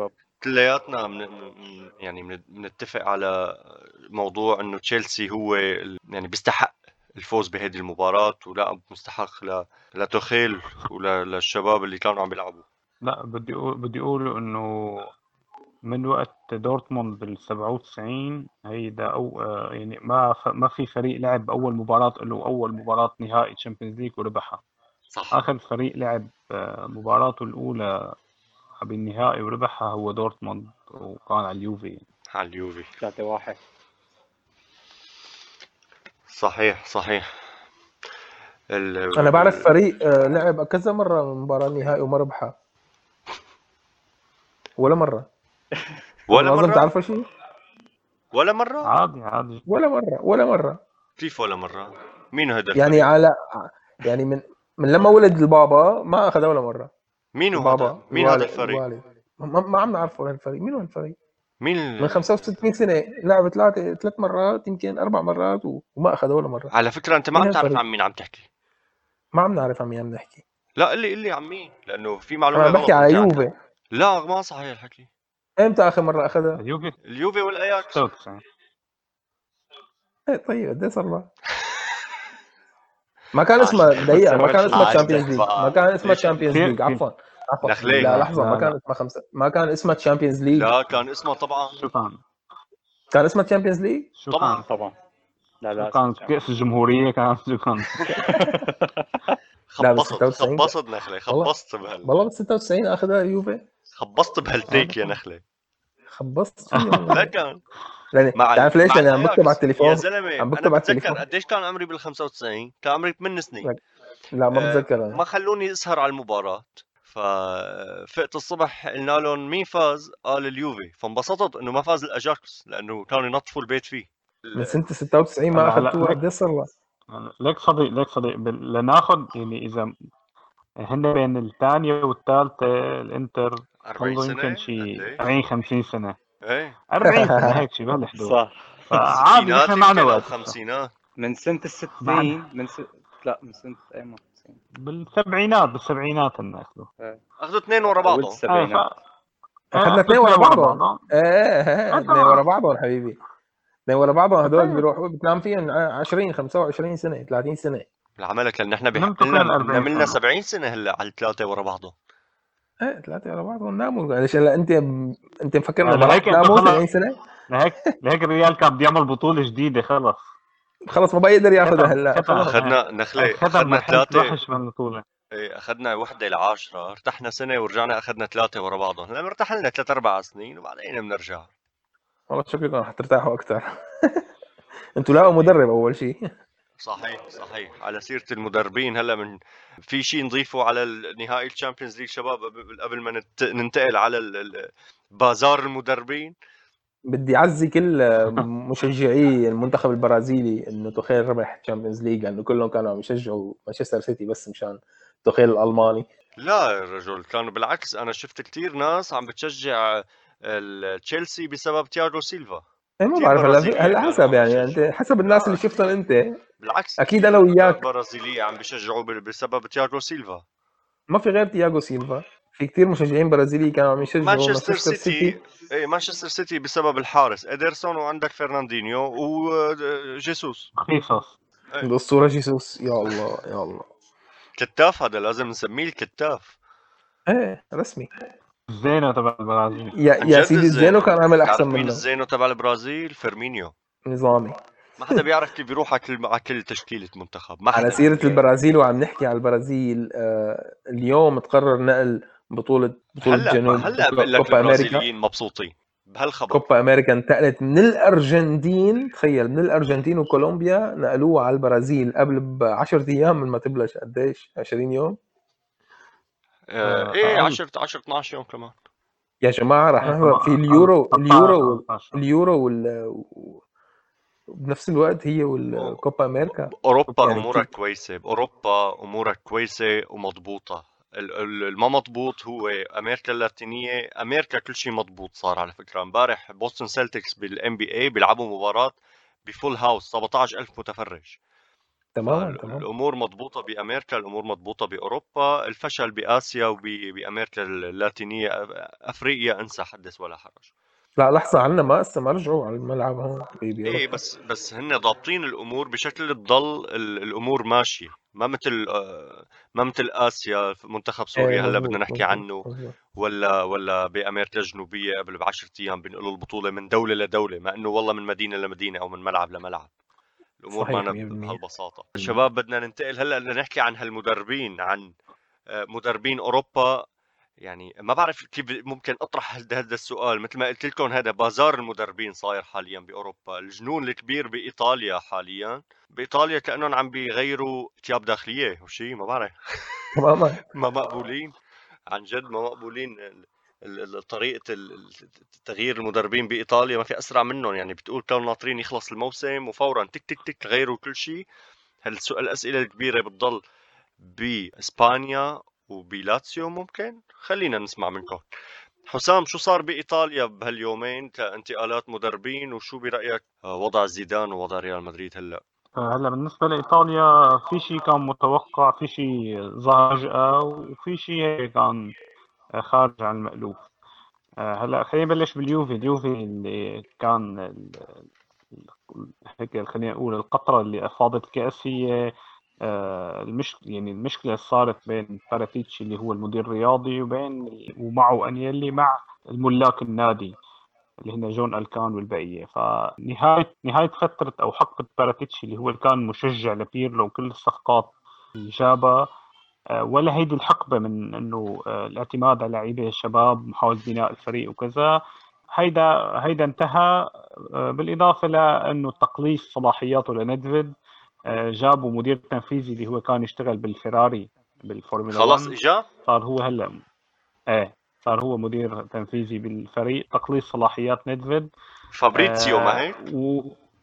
كلياتنا من من- يعني من- بنتفق على موضوع انه تشيلسي هو ال- يعني بيستحق الفوز بهذه المباراة، ولا مستحق ل لتوخيل وللشباب اللي كانوا عم بيلعبوا. لا، بدي اقول بدي اقول انه من وقت دورتموند بال سبعة وتسعين هيدا او آه، يعني ما ف- ما في فريق لعب اول مباراة له اول مباراة نهائي تشامبيونز ليج وربحها. صح. اخر فريق لعب آه، مباراته الاولى بالنهائي وربحها هو دورتموند، وكان على اليوفي. على اليوفي. ثلاثة واحد. صحيح صحيح. ال... انا بعرف فريق آه، لعب كذا مره مباراه نهائي وما ربحها ولا مره. ولا ناظم مرة. تعرفوا شيء؟ ولا مرة. عادي عادي. ولا مره ولا مره. كيف ولا مرة؟ مين هذا يعني الفريق؟ على يعني من من لما ولد البابا ما اخذ ولا مره. مين هو البابا هذا؟ مين هذا الوالد الفريق؟ الوالد ما, ما عم نعرفه هالفريق. مين هو الفريق؟ مين من ال... خمسة وستين سنه لعب ثلاث ثلاث مرات يمكن اربع مرات و- وما اخذ ولا مره. على فكرة انت ما مين عم تعرف هالفريق؟ عن مين عم تحكي. ما عم نعرف عن مين عم نحكي. لا قل لي قل لي عن مين، لانه في انا معلومة عم غلط بحكي على ممكن عندك. يوفي. لا ما صحيح الحكي. امتى اخر مره اخذها؟ اليوفي اليوفي والاياكس. ستة وتسعين. إيه طيب قد ايه صار لها؟ ما كان اسمها دقيقه، ما كان اسمها عاش تشامبيونز ليج، بقى. ما كان اسمها ليش؟ تشامبيونز كثير ليج. كثير. عفوا عفوا نخليه. لا لا لحظه، لا ما كان لا اسمها خمسه، ما كان اسمها تشامبيونز ليج. لا كان اسمها طبعا. شو كان كان اسمها تشامبيونز ليج. شو طبعا. كان طبعا. لا شو لا كان اسمه كأس الجمهورية كان شو كان لا بس خبصت ستة وتسعين خبصت نخلة. والله خبصت بهال والله بس ستة وتسعين اخذها يوفي. خبصت بهالتيك يا نخلة. خبصت فيه لا والله. كان لاني مع تعرف ال... ليش؟ مع لاني عم بكتب على الاياكس يا التليفون. زلمه. عم بكتب انا على بتذكر التليفون. قديش كان عمري بال خمسة وتسعين. كان عمري ثمان سنين. لا ما أه بتذكر ما انا. خلوني اسهر على المباراة، ففقت الصبح قلنا لهم مين فاز؟ قال اليوفي، فانبسطت انه ما فاز الاجاكس لانه كانوا ينظفوا البيت فيه. من سنه ستة وتسعين ما هلا هلا اخذتوها. لك قد ايه صار لها؟ لك صديق لك صديق بال- لناخذ يعني اذا هن بين الثانية والثالثة الانتر أربعين ضلوا يمكن سنة شي قد ايه؟ أربعين خمسين سنة. ايه أربعين سنة هيك شي بهالحدود. صح. فعادي ستينات نحن معنا يمكن او وقت لسه. خمسينات. من سنة معنا الستين من س... لا من سنة اي ما تسعين. بالسبعينات بالسبعينات هن اخذوا. إيه. اخذوا اثنين ورا اول بعضهم. ايه ف السبعينات. ايه اخذنا اخذوا اثنين ورا اثنين ورا بعضهم. بعضهم. ايه ايه ايه اثنين ورا تمام. بعضهم حبيبي. اثنين ورا بعضهم. هدول طيب بيروحوا بتنام فيهم عشرين خمسة وعشرين سنه ثلاثين سنه. بالعملك لان احنا بيحق نمتوا لنا فين أربعين نملنا سنة. سبعين سنة هلا على الثلاثة ورا بعضهم. ايه ثلاثه ورا بعضهم ناموا. ليش هلا انت انت مفكر انه آه، ما راح لهيك انه تناموا خلص سبعين سنه؟ لهيك لهيك الريال كان بده يعمل بطولة جديدة. خلص خلص ما بقى يقدر ياخذها ختم هلا. ختم خلص ايه اخذنا نخلة. ختم اخذنا مرحلة ثلاثة. الوحش من البطولة. ايه اخذنا وحده الى عشرة، ارتحنا سنه ورجعنا اخذنا ثلاثه ورا بعضهم. هلا مرتاح لنا ثلاث اربع سنين وبعدين بنرجع. والله شكلكم رح ترتاحوا اكثر. انتوا لاقوا مدرب اول شيء. صحيح صحيح. على سيره المدربين، هلا من في شيء نضيفه على نهائي الشامبيونز ليج شباب قبل ما نت... ننتقل على ال... ال... بازار المدربين؟ بدي اعزي كل مشجعي المنتخب البرازيلي انه توخيل ربح تشامبيونز ليج، لانه كلهم كانوا عم يشجعوا مانشستر سيتي بس مشان توخيل الالماني. لا يا رجل، كانوا بالعكس. انا شفت كتير ناس عم بتشجع تشيلسي بسبب تياغو سيلفا. ايه ما كتير بعرف هلا برازيليين هلا كانوا حسب عم يعني انت بيشجعوا. حسب الناس اللي لا شفتهم انت. بالعكس، اكيد انا كتير وياك برازيلية عم بيشجعوا ب- بسبب تياغو سيلفا. ما في غير تياغو سيلفا. في كتير مشجعين برازيلي كانوا عم يشجعوا مانشستر مانشستر سيتي. سيتي. ايه مانشستر سيتي بسبب الحارس ادرسون، وعندك فرناندينيو وجيسوس. خيسوس. ايه الاسطوره جيسوس. يا الله يا الله. كتاف، هذا لازم نسميه الكتاف. ايه رسمي. زينة تبع البرازيل. يا عن يا جد سيدي الزينو الزينو. كان عامل تعرف احسن مين منه. الزينو تبع البرازيل؟ فيرمينيو. نظامي. ما حدا بيعرف كيف بيروح على كل على كل تشكيلة منتخب. ما على حدا. سيرة البرازيل وعم نحكي على البرازيل، آه اليوم تقرر نقل بطولة بطولة هلا جنوب هلا بقول لك كوبا أمريكا. البرازيليين مبسوطين بهالخبر. كوبا أمريكا انتقلت من الأرجنتين. تخيل، من الأرجنتين وكولومبيا نقلوها على البرازيل قبل بعشرة أيام من ما تبلش. قديش؟ عشرين يوم. آه آه، ايه أقل. عشرة عشرة اثناشر يوم كمان. يا جماعة رح إيه، نحضر طبعاً. في اليورو اليورو وال- ثلاثة عشر. اليورو وال وبنفس الوقت هي والكوبا أمريكا. باوروبا يعني امورها كتير. كويسه. باوروبا امورها كويسه ومضبوطه. ال- ال- الما مضبوط هو امريكا اللاتينيه. امريكا كل شيء مضبوط صار. على فكره امبارح بوستون سيلتكس بالان بي اي بيلعبوا مباراه بفول هاوس، سبعة عشر ألف متفرج. تماما تماما. فالامور مضبوطه بامريكا، الامور مضبوطه باوروبا، الفشل باسيا وبامريكا اللاتينيه، افريقيا انسى حدث ولا حرج. لا لحظه، عنا ما هسه ما رجعوا على الملعب هون ب- ايه باوروبا. بس بس هن ضابطين الامور بشكل تضل ال- الامور ماشيه، ما مثل آه، ما مثل اسيا، منتخب ايه سوريا هلا بدنا مزبوط نحكي مزبوط عنه، مزبوط. ولا ولا بامريكا الجنوبيه قبل بعشرة ايام بينقلوا البطوله من دوله لدوله، مع انه والله من مدينه لمدينه او من ملعب لملعب. الامور صحيح ما مية بالمية. بهالبساطه. شباب بدنا ننتقل هلا بدنا نحكي عن هالمدربين، عن آه، مدربين اوروبا. يعني ما بعرف كيف ممكن اطرح هذا السؤال، مثل ما قلت لكم هذا بازار المدربين صاير حاليا باوروبا، الجنون الكبير بايطاليا حاليا، بايطاليا كانهم عم بيغيروا ثياب داخليه وشيء ما بعرف. تماما. ما مقبولين، عن جد ما مقبولين. ال- ال- ال- طريقة ال- ال- تغيير المدربين بإيطاليا ما في أسرع منهم، يعني بتقول كانوا ناطرين يخلص الموسم وفورا تك تك تك غيروا كل شيء. هالسؤال الأسئلة الكبيرة بتضل بإسبانيا وبلاتسيو. ممكن خلينا نسمع منكم. حسام، شو صار بإيطاليا بهاليومين كانتقالات مدربين، وشو برأيك آه، وضع زيدان ووضع ريال مدريد هلا؟ آه، هلا بالنسبة لإيطاليا في شيء كان متوقع، في شيء ظهر فجأة، وفي شيء هيك كان آه، خارج عن المألوف. آه، هلا خلينا نبلش باليوفي. اليوفي اللي كان ال- ال- هيك خلينا نقول القطرة اللي أفاضت الكأس هي آه، المش يعني المشكلة اللي صارت بين باراتيتشي اللي هو المدير الرياضي وبين ومعه أنيلي مع الملاك النادي اللي هن جون الكان والبقيه. فنهايه نهايه فتره او حقبه باراتيتشي اللي هو كان مشجع لبيرلو وكل الصفقات اللي جابها، آه، ولا هيدي الحقبه من انه آه، الاعتماد على لعيبه الشباب، محاوله بناء الفريق وكذا، هيدا هيدا انتهى. آه، بالاضافه لانه تقليص صلاحياته لندفيد. آه، جابوا مدير تنفيذي اللي هو كان يشتغل بالفيراري بالفورمولا خلص واحد، إجا صار هو هلا ايه صار هو مدير تنفيذي بالفريق. تقليص صلاحيات ندفيد. فابريتسيو ما آه هيك؟ و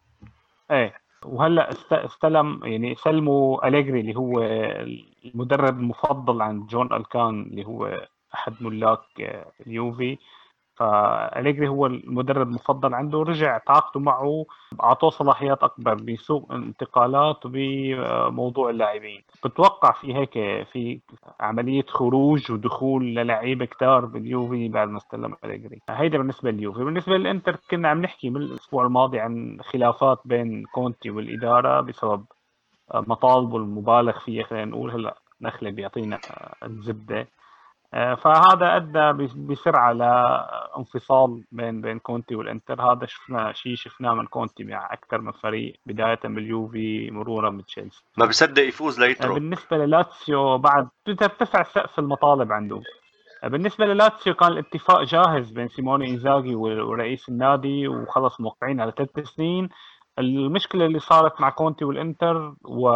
ايه وهلا است- استلم يعني سلموا أليجري اللي هو المدرب المفضل عند جون الكان اللي هو احد ملاك آه، اليوفي. فأليجري هو المدرب المفضل عنده، رجع تعاقدوا معه، أعطوه صلاحيات أكبر بسوق انتقالات وبموضوع اللاعبين. بتوقع في هيك في عملية خروج ودخول للاعيبة كتار باليوفي بعد ما استلم أليجري. هيدا بالنسبة لليوفي. بالنسبة للإنتر كنا عم نحكي بالأسبوع الماضي عن خلافات بين كونتي والإدارة بسبب مطالبه المبالغ فيها، خلينا نقول. هلا نخلة بيعطينا الزبدة. آه، فهذا ادى بس- بسرعه لانفصال بين بين كونتي والانتر. هذا شفنا شيء شفناه من كونتي مع اكثر من فريق، بدايه باليوفي مرورا بتشيلسي. ما بصدق يفوز آه، ليترك. بالنسبه للاتسيو بعد بترتفع سقف المطالب عنده. آه، بالنسبه للاتسيو كان الاتفاق جاهز بين سيموني إنزاغي ورئيس النادي، وخلص موقعين على ثلاث سنين. المشكله اللي صارت مع كونتي والانتر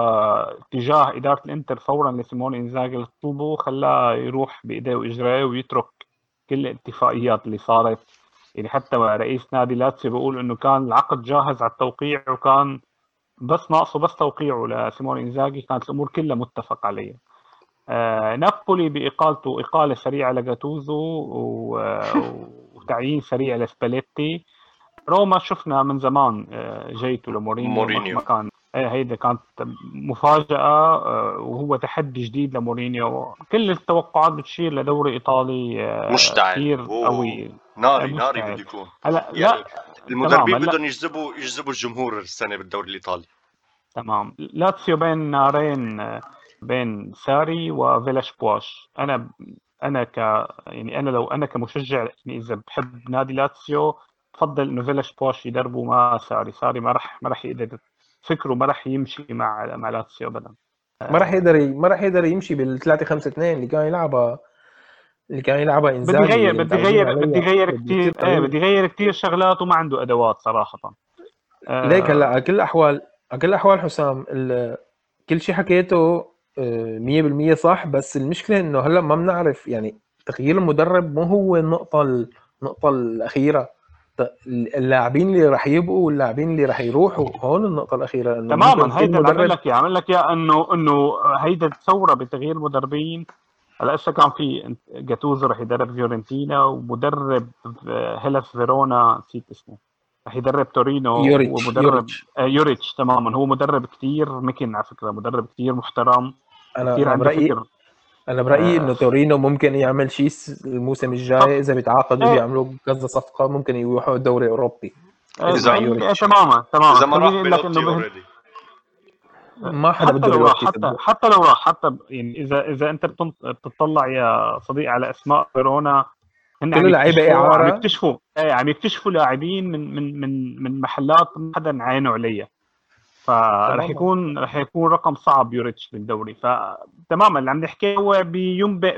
واتجاه اداره الانتر فورا لسيموني إنزاغي اللي طلبه، خلاه يروح بايديه واجريه ويترك كل الاتفاقيات اللي صارت. يعني حتى رئيس نادي لاتسيو بيقول انه كان العقد جاهز على التوقيع، وكان بس ناقصه بس توقيعه لسيموني إنزاغي، كانت الامور كلها متفق عليها. آه، نابولي بإقالته إقالة سريعة لجاتوزو و- وتعيين سريع لسباليتي. روما شفنا من زمان آه، جيته لمورينيو، ما مورينيو ما كان آه، هيدا كانت مفاجأة، آه، وهو تحدي جديد لمورينيو. كل التوقعات بتشير لدوري إيطالي آه، مشتعل، كثير اوه قوي. آه، ناري ناري بده مشتعل. يكون. هلا يعني لا تمام. المدربين هلا بدهم يجذبوا يجذبوا الجمهور السنه بالدوري الايطالي. تمام. لاتسيو بين نارين، آه، بين ساري وفيلاش بواش. انا انا ك يعني انا لو انا كمشجع، يعني اذا بحب نادي لاتسيو بفضل انه فيلاش بواش يدربه ما ساري. ساري ما راح ما راح يقدر، فكره ما راح يمشي مع مع لاتسيو ابدا. ما راح يقدر ي- ما راح يقدر يمشي بال ثلاثة خمسة اثنين اللي كان يلعبها اللي كان يلعبها بدي انزاجي غير واللي بدي متعودين غير بدي عليها. غير بده يصير كثير ايه تغيير. بدي غير كثير شغلات وما عنده ادوات صراحة. ليك هلا على آه كل الاحوال على كل الاحوال حسام، ال- كل شيء حكيته آه، مية بالمية صح، بس المشكله انه هلا ما بنعرف يعني تغيير المدرب مو هو النقطه النقطه الاخيره. ط- اللاعبين اللي راح يبقوا واللاعبين اللي راح يروحوا هون النقطه الاخيره، انه ممكن تماما. كل هيدا اللي عم اقول مدرب. لك اياه عم اقول لك اياه انه انه هيدا الثوره بتغيير مدربين. هلا هسه كان في جاتوزو رح يدرب فيورنتينا، ومدرب هيلاس فيرونا نسيت اسمه. رح يدرب تورينو. هو يوريتش مدرب يوريتش آه، يوريتش تماما. هو مدرب كتير مكن على فكرة، مدرب كتير محترم انا وكتير انا عنده برايي فكر. انا برايي آه، انه تورينو ممكن يعمل شيء الموسم الجاي طب اذا بيتعاقدوا ايه بيعملوا كذا صفقه، ممكن يروحوا الدوري الاوروبي ايه اذا مع اذا إيه، يوريتش. تماما تماما. اذا ما راح خليني اقول لك انه بيلوتي بهن... اوريدي. ما حدا حتى بده لو راح، بيلوتي حتى صدق. حتى لو راح، حتى ب- يعني اذا اذا انت بتنط- بتطلع يا صديقي على اسماء فيرونا، هن عم كله لعيبه يكتشفوا عم اعاره. يكتشفوا ايه عم يكتشفوا لاعبين من من من من محلات ما حدا عينه عليها. فرح تماما يكون رح يكون رقم صعب يوريتش بالدوري. فتماما اللي عم نحكيه هو بينبئ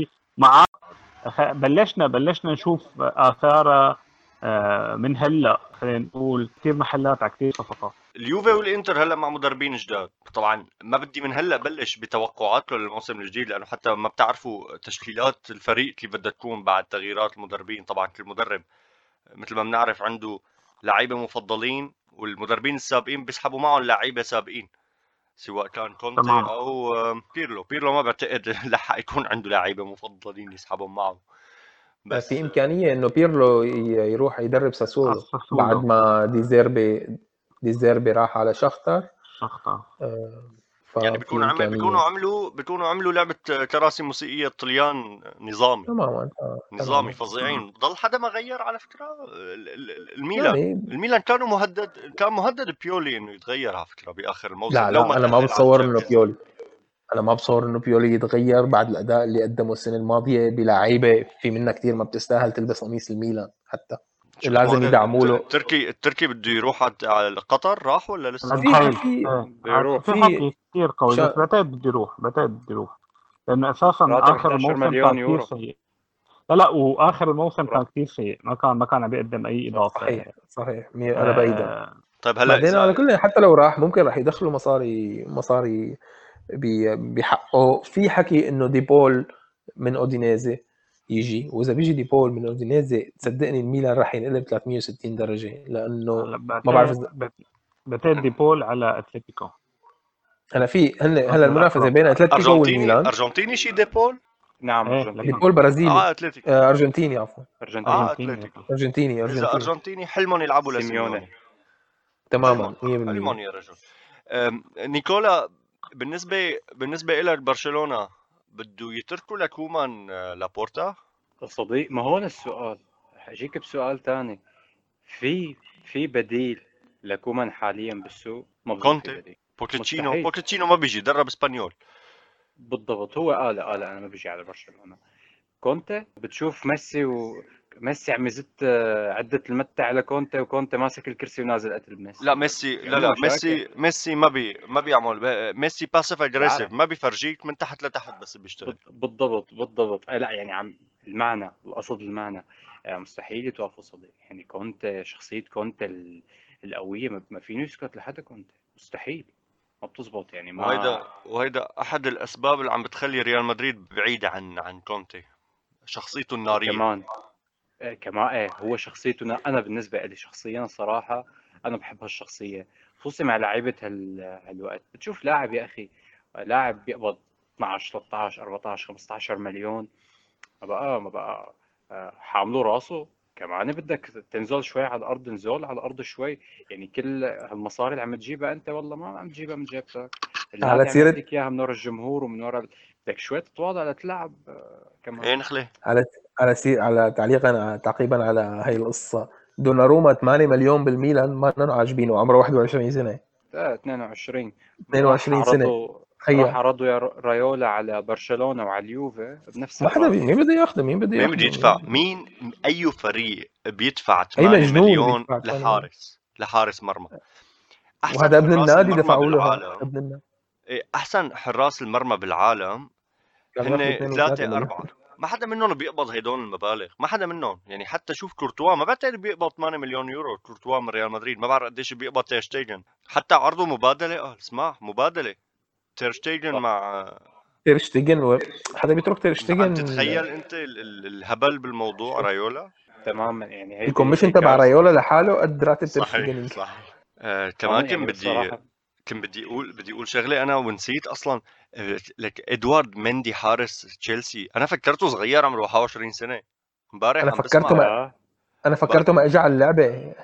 بمع أخ- بلشنا بلشنا نشوف آثاره آه، من هلا. خلينا نقول كثير محلات على كثير صفقات. اليوفي والانتر هلا مع مدربين جداد، طبعا ما بدي من هلا بلش بتوقعاته للموسم الجديد، لانه حتى ما بتعرفوا تشكيلات الفريق اللي بدها تكون بعد تغييرات المدربين. طبعا كل مدرب مثل ما بنعرف عنده لعيبه مفضلين، والمدربين السابقين بيسحبوا معهم لعيبه سابقين، سواء كان كونتي تمام. او آم، بيرلو. بيرلو ما بعتقد لحق يكون عنده لعيبه مفضلين يسحبهم معه. بس في امكانيه انه بيرلو ي- يروح يدرب ساسولو ساسولو. بعد ما ديزيربي ديزيربي راح على شختر. شخطة. آه، يعني ففي بيكون عمل بيكونوا امكانيه عملوا بيكونوا عملوا لعبه كراسي موسيقيه طليان نظامي تماما. آه، نظامي تماما فظيعين. ضل حدا ما غير على فكره ال- ال- الميلان يعني. الميلان كانوا مهدد كان مهدد بيولي انه يتغير على فكره باخر الموسم لا لو ما لا انا ما تأهل على بتصور انه الشامبيونز. بيولي انا ما بصور انه بيولي يتغير بعد الاداء اللي قدمه السنه الماضيه بلاعيبه في منها كثير ما بتستاهل تلبس قميص الميلان حتى. شو لازم اسمه هذا يدعموا الت- له. التركي التركي بده يروح على على قطر، راح ولا لسه؟ في الحيل. في ايه بده يروح. في في حكي كثير قوي، بس شا... بعتقد بده يروح بعتقد بده يروح لانه اساسا راتب اخر 11 الموسم كان مليون كثير يورو. سيء. لا لا واخر الموسم كان راح كثير سيء، ما كان ما كان عم بيقدم اي اضافه. صحيح صحيح مي- انا بايدك. آه طيب هلا بعدين على اذا كل حتى لو راح ممكن راح يدخلوا مصاري مصاري بي- بحقه. في حكي انه ديبول من اودينيزي يجي، واذا بيجي ديبول من اودينيزي تصدقني الميلان راح ينقلب ثلاثمية وستين درجه، لانه هلا ما بعرف بعتقد إذا... بعتقد ديبول على اتلتيكو. هلا في هن هلا من المنافسه الأقرب. بين اتلتيكو ارجنتيني والميلان. ارجنتيني شي ديبول. نعم ايه أرجنتيني. لكن ديبول برازيلي. اه اتلتيكو. آه، ارجنتيني عفوا أرجنتيني. اه ارجنتيني. اتلتيكو. ارجنتيني اذا ارجنتيني ارجنتيني حلمهم يلعبوا سيميوني. لسيميوني. تماما حلمهم مية حلمهم بالمية. يا رجل. أم، نيكولا، بالنسبه بالنسبه لك برشلونه بده يتركوا لكومان آه، لابورتا؟ صديق، ما هون السؤال. حجيك بسؤال تاني. في في بديل لكومان حاليا بالسوق؟ ما بظن في كونتي، بديل. بوكيتشينو. مستحيل. بوكيتشينو ما بيجي درب اسبانيول. بالضبط. هو قال قال انا ما بيجي على برشلونة. كونتي بتشوف ميسي وميسي عم يزت آه، عدة المتة على كونتي، وكونتي ماسك الكرسي ونازل قتل ميسي. لا ميسي لا بيعملوا لا مشاكل. ميسي ميسي ما بي ما بيعمل ب- ميسي باسيف اجريسيف، بعرف. ما بيفرجيك من تحت لتحت بس بيشتغل. بال- بالضبط بالضبط. آه، لا يعني عم المعنى القصد المعنى. آه، مستحيل يتوافقوا صديق. يعني كونتي شخصية كونتي ال- القوية ما ما فينه يسكت لحدا. كونتي مستحيل، ما بتزبط يعني. ما وهيدا وهيدا احد الاسباب اللي عم بتخلي ريال مدريد بعيد عن عن كونتي، شخصيته الناريه. كمان آه، كمان ايه هو شخصيته. نا- انا بالنسبه لي شخصيا صراحه انا بحب هالشخصيه، خصوصي مع لعيبه هال- هالوقت. بتشوف لاعب يا اخي، لاعب بيقبض اثنعش ثلاثطعش أربعطعش خمسطعش مليون، ما بقى ما بقى آه، حامله راسه. كمان بدك تنزل شوي على الارض، نزول على الارض شوي. يعني كل هالمصاري اللي عم تجيبها انت والله ما عم تجيبها من جيبتك، النادي على عم سيرة يعطيك اياها من ورا الجمهور ومن ورا ال- بدك شوي تتواضع لتلعب آه، كمان. ايه نخلي على على سي... على تعليقا تعقيبا على هاي القصه، دوناروما ثمانية مليون بالميلان ما لنا عاجبينه، عمره واحد وعشرين سنه. لا اثنين وعشرين. اثنين وعشرين راح سنه عرضوا تخيل. راح عرضوا يا رايولا على برشلونة وعلى اليوفي بنفس ما حدا بي... الراتب. مين بده ياخذه مين بده مين ياخذه بده يدفع؟ مين اي فريق بيدفع اي ثمانية مجنون مليون بيدفع ثمانية مليون. لحارس لحارس مرمى؟ احسن وهذا ابن حراس النادي المرمى دفعوا له بالعالم. ابن النادي إيه، احسن حراس المرمى بالعالم كان هن ياخذ اثنين وثلاثة ثلاثة مليون. أربعة. ما حدا منهم بيقبض هدول المبالغ، ما حدا منهم. يعني حتى شوف كورتوا، ما بعتقد بيقبض ثمانية مليون يورو كورتوا من ريال مدريد. ما بعرف قديش بيقبض تير شتيجن، حتى عرضه مبادلة. اه اسمع، مبادلة تير شتيجن صح. مع تير شتيجن و... حدا بيترك تير عم شتيجن. تتخيل انت ال- ال- الهبل بالموضوع رايولا. تماما. يعني هيدي الكوميشن هي تبع كارثة. رايولا لحاله قد راتب تير صحيح شتيجن. صحيح. آه آه، كمان كان يعني بدي بصراحة كان بدي اقول بدي اقول شغله انا ونسيت اصلا. آه، لك ادوارد مندي حارس تشيلسي، انا فكرته صغير عمره واحد وعشرين سنه. امبارح انا عم فكرته بسمع ما آه، انا فكرته ما اجى على اللعبه.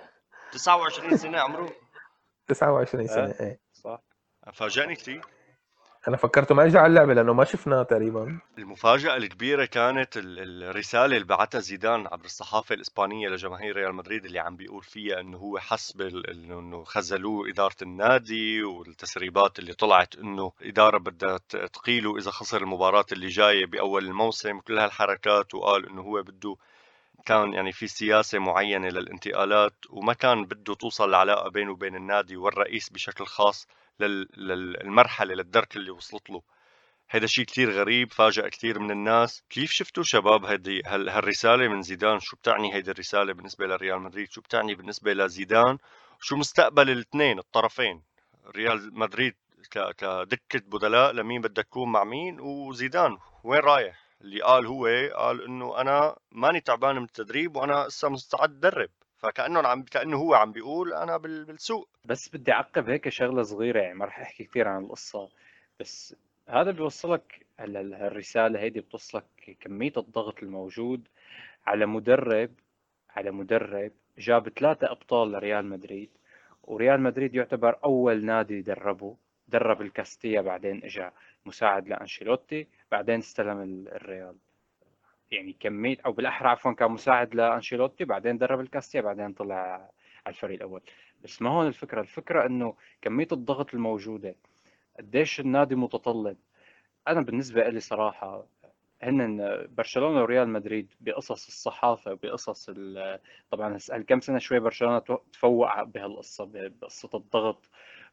تسعة وعشرين سنة عمره. تسعة وعشرين سنة اه ايه. صح. فاجأني كثير. انا فكرته ما اجى على اللعبة لانه ما شفناه تقريبا. المفاجأة الكبيرة كانت ال- الرسالة اللي بعتها زيدان عبر الصحافة الإسبانية لجماهير ريال مدريد، اللي عم بيقول فيها إنه هو حس بال- إنه إنه خذلوه إدارة النادي، والتسريبات اللي طلعت إنه إدارة بدها ت- تقيله إذا خسر المباراة اللي جاية بأول الموسم، كل هالحركات. وقال إنه هو بده، كان يعني في سياسة معينة للانتقالات، وما كان بده توصل العلاقة بينه وبين النادي والرئيس بشكل خاص لل- للمرحلة للدرك اللي وصلت له. هيدا شيء كتير غريب، فاجأ كتير من الناس. كيف شفتوا شباب هدي هال هالرسالة من زيدان؟ شو بتعني هيدي الرسالة بالنسبة لريال مدريد؟ شو بتعني بالنسبة لزيدان؟ شو مستقبل الاثنين الطرفين؟ ريال مدريد ك كدكة بدلاء لمين بدك تكون مع مين؟ وزيدان وين رايح؟ اللي قال هو قال انه انا ماني تعبان من التدريب وانا هسه مستعد ادرب، فكأنه عم كأنه هو عم بيقول انا بال- بالسوق. بس بدي أعقب هيك شغلة صغيرة، يعني ما رح أحكي كثير عن القصة، بس هذا بيوصلك، هلا الرسالة هيدي بتوصلك كمية الضغط الموجود على مدرب، على مدرب جاب ثلاثة أبطال لريال مدريد، وريال مدريد يعتبر أول نادي دربه، درب الكاستيا، بعدين إجا مساعد لأنشيلوتي، بعدين استلم ال- الريال. يعني كمية، أو بالأحرى عفوا كان مساعد لأنشيلوتي، بعدين درب الكاستيا، بعدين طلع على الفريق الأول. بس ما هون الفكرة، الفكرة إنه كمية الضغط الموجودة، قديش النادي متطلب. أنا بالنسبة لي صراحة، هن برشلونة وريال مدريد بقصص الصحافة، بقصص ال- طبعا هالكم سنة شوي برشلونة تو- تفوق بهالقصة، بقصة الضغط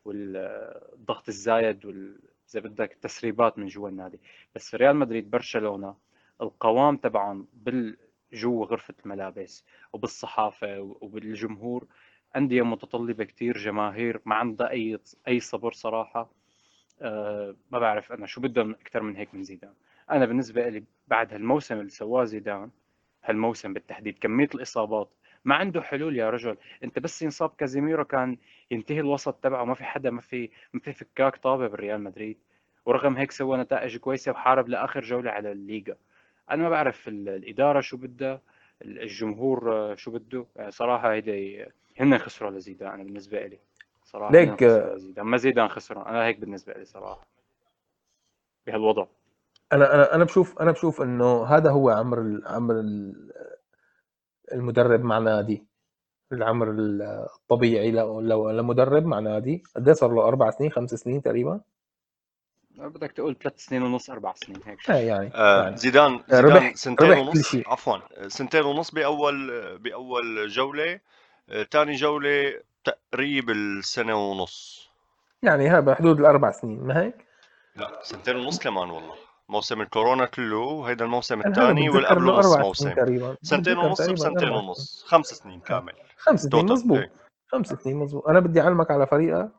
والضغط الزايد وال زي بدك التسريبات من جوا النادي. بس ريال مدريد برشلونة القوام تبعهم بالجو غرفة الملابس وبالصحافة وبالجمهور، أندية متطلبة كتير، جماهير ما عندها أي أي صبر صراحة. أه ما بعرف أنا شو بدهم أكثر من هيك من زيدان. أنا بالنسبة لي بعد هالموسم اللي سواه زيدان، هالموسم بالتحديد كمية الإصابات، ما عنده حلول يا رجل. أنت بس ينصاب كازيميرو كان ينتهي الوسط تبعه، ما في حدا، ما في ما في فكاك طابة بالريال مدريد، ورغم هيك سوى نتائج كويسة وحارب لآخر جولة على الليغا. أنا ما بعرف ال- الإدارة شو بدها، ال- الجمهور آه، شو بده. يعني صراحة هيدي هن خسروا لزيدان. أنا بالنسبة لي صراحة هن ليك خسروا لزيدان، ما زيدان خسروا. أنا هيك بالنسبة لي صراحة بهالوضع. انا انا انا بشوف انا بشوف انه هذا هو عمر ال- عمر ال- المدرب مع نادي. العمر الطبيعي لو لو لمدرب مع نادي قد ايه صار له؟ اربع سنين خمس سنين تقريبا. بدك تقول ثلاث سنين ونص، أربع سنين هيك ايه شيء. يعني آه يعني زيدان ربح زيدان سنتين ربح كل ونص، شيء. عفوا سنتين ونص باول باول جوله. آه تاني جوله تقريب السنه ونص. يعني ها بحدود الاربع سنين ما هيك. لا سنتين ونص كمان والله. موسم الكورونا كله وهيدا الموسم انا هذا الثاني واللي بتذكر قبله انه نص اربع سنين موسم. تقريبا، سنتين بتذكر ونص تقريبا بسنتين اربع سنين. ونص، خمس سنين ها. كامل خمس سنين توتال. مزبوط. هيك خمس سنين مزبوط. انا بدي اعلمك على فريقك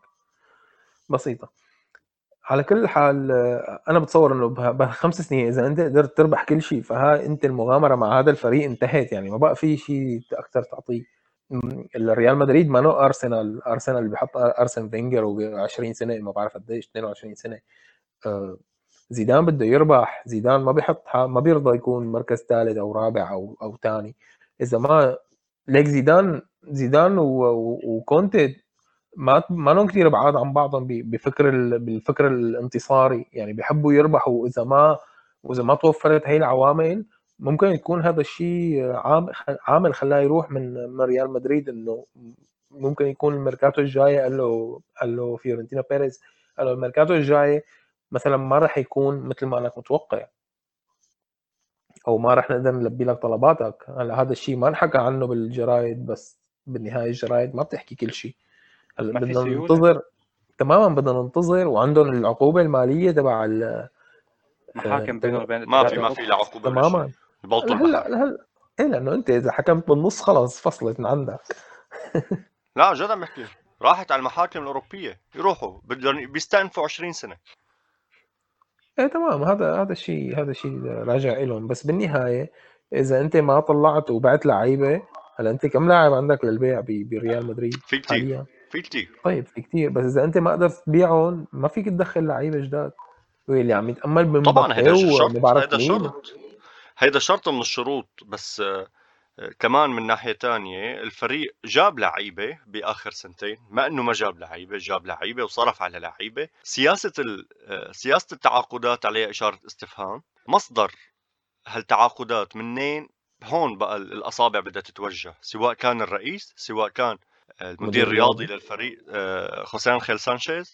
بسيطه. على كل حال آه، انا بتصور انه به- بخمس سنين اذا انت قدرت تربح كل شيء، فها انت المغامره مع هذا الفريق انتهت. يعني ما بقى في شيء اكثر تعطيه. م، الريال مدريد ما نو ارسنال. ارسنال اللي بيحط ارسن فينجر و20 سنه، ما بعرف قديش، اثنين وعشرين سنه. آه، زيدان بده يربح. زيدان ما بيحط ح- ما بيرضى يكون مركز ثالث او رابع او او ثاني. اذا ما ليك زيدان زيدان و- و- وكونتي ما ما لهم كثير بعاد عن بعضهم ب- بفكر ال- بالفكر الانتصاري. يعني بيحبوا يربحوا. واذا ما واذا ما توفرت هي العوامل، ممكن يكون هذا الشيء عامل عامل خلاه يروح من من ريال مدريد. انه ممكن يكون الميركاتو الجاي قال له قال له فيورنتينو بيريز قال له الميركاتو الجاي مثلا ما راح يكون مثل ما انك متوقع، او ما راح نقدر نلبي لك طلباتك. هلا هذا الشيء ما انحكى عنه بالجرايد، بس بالنهايه الجرايد ما بتحكي كل شيء. هلا ما في بدنا سيولة. ننتظر. تماما بدنا ننتظر. وعندهم العقوبه الماليه تبع ال- آه، محاكم بينه تبع وبين ما اتحاد في ما في لا اوروبا. عقوبه ولا شيء. تماما. بلطوا هلا البحر. هلا ايه، لانه انت اذا حكمت بالنص خلص فصلت من عندك. لا جد عم بحكي، راحت على المحاكم الاوروبيه، يروحوا بدهم بيستأنفوا عشرين سنه. ايه تمام. هذا هذا الشيء هذا الشيء راجع لهم. بس بالنهايه اذا انت ما طلعت وبعت لعيبه، هلا انت كم لاعب عندك للبيع ب- بريال مدريد في كتير حاليا؟ في كتير طيب في كتير. بس اذا انت ما قدرت تبيعهم ما فيك تدخل لعيبه جداد. واللي عم يتامل طبعا. بمبابي هيدا ش- وما شرط، بعرف هيدا مين. شرط هيدا شرط من الشروط. بس كمان من ناحية تانية الفريق جاب لعيبة بآخر سنتين، ما إنه ما جاب لعيبة، جاب لعيبة وصرف على لعيبة. سياسة ال... سياسة التعاقدات عليها إشارة استفهام. مصدر هالتعاقدات منين؟ هون بقى الأصابع بدها تتوجه، سواء كان الرئيس، سواء كان المدير الرياضي للفريق خوسيه أنخيل سانشيز،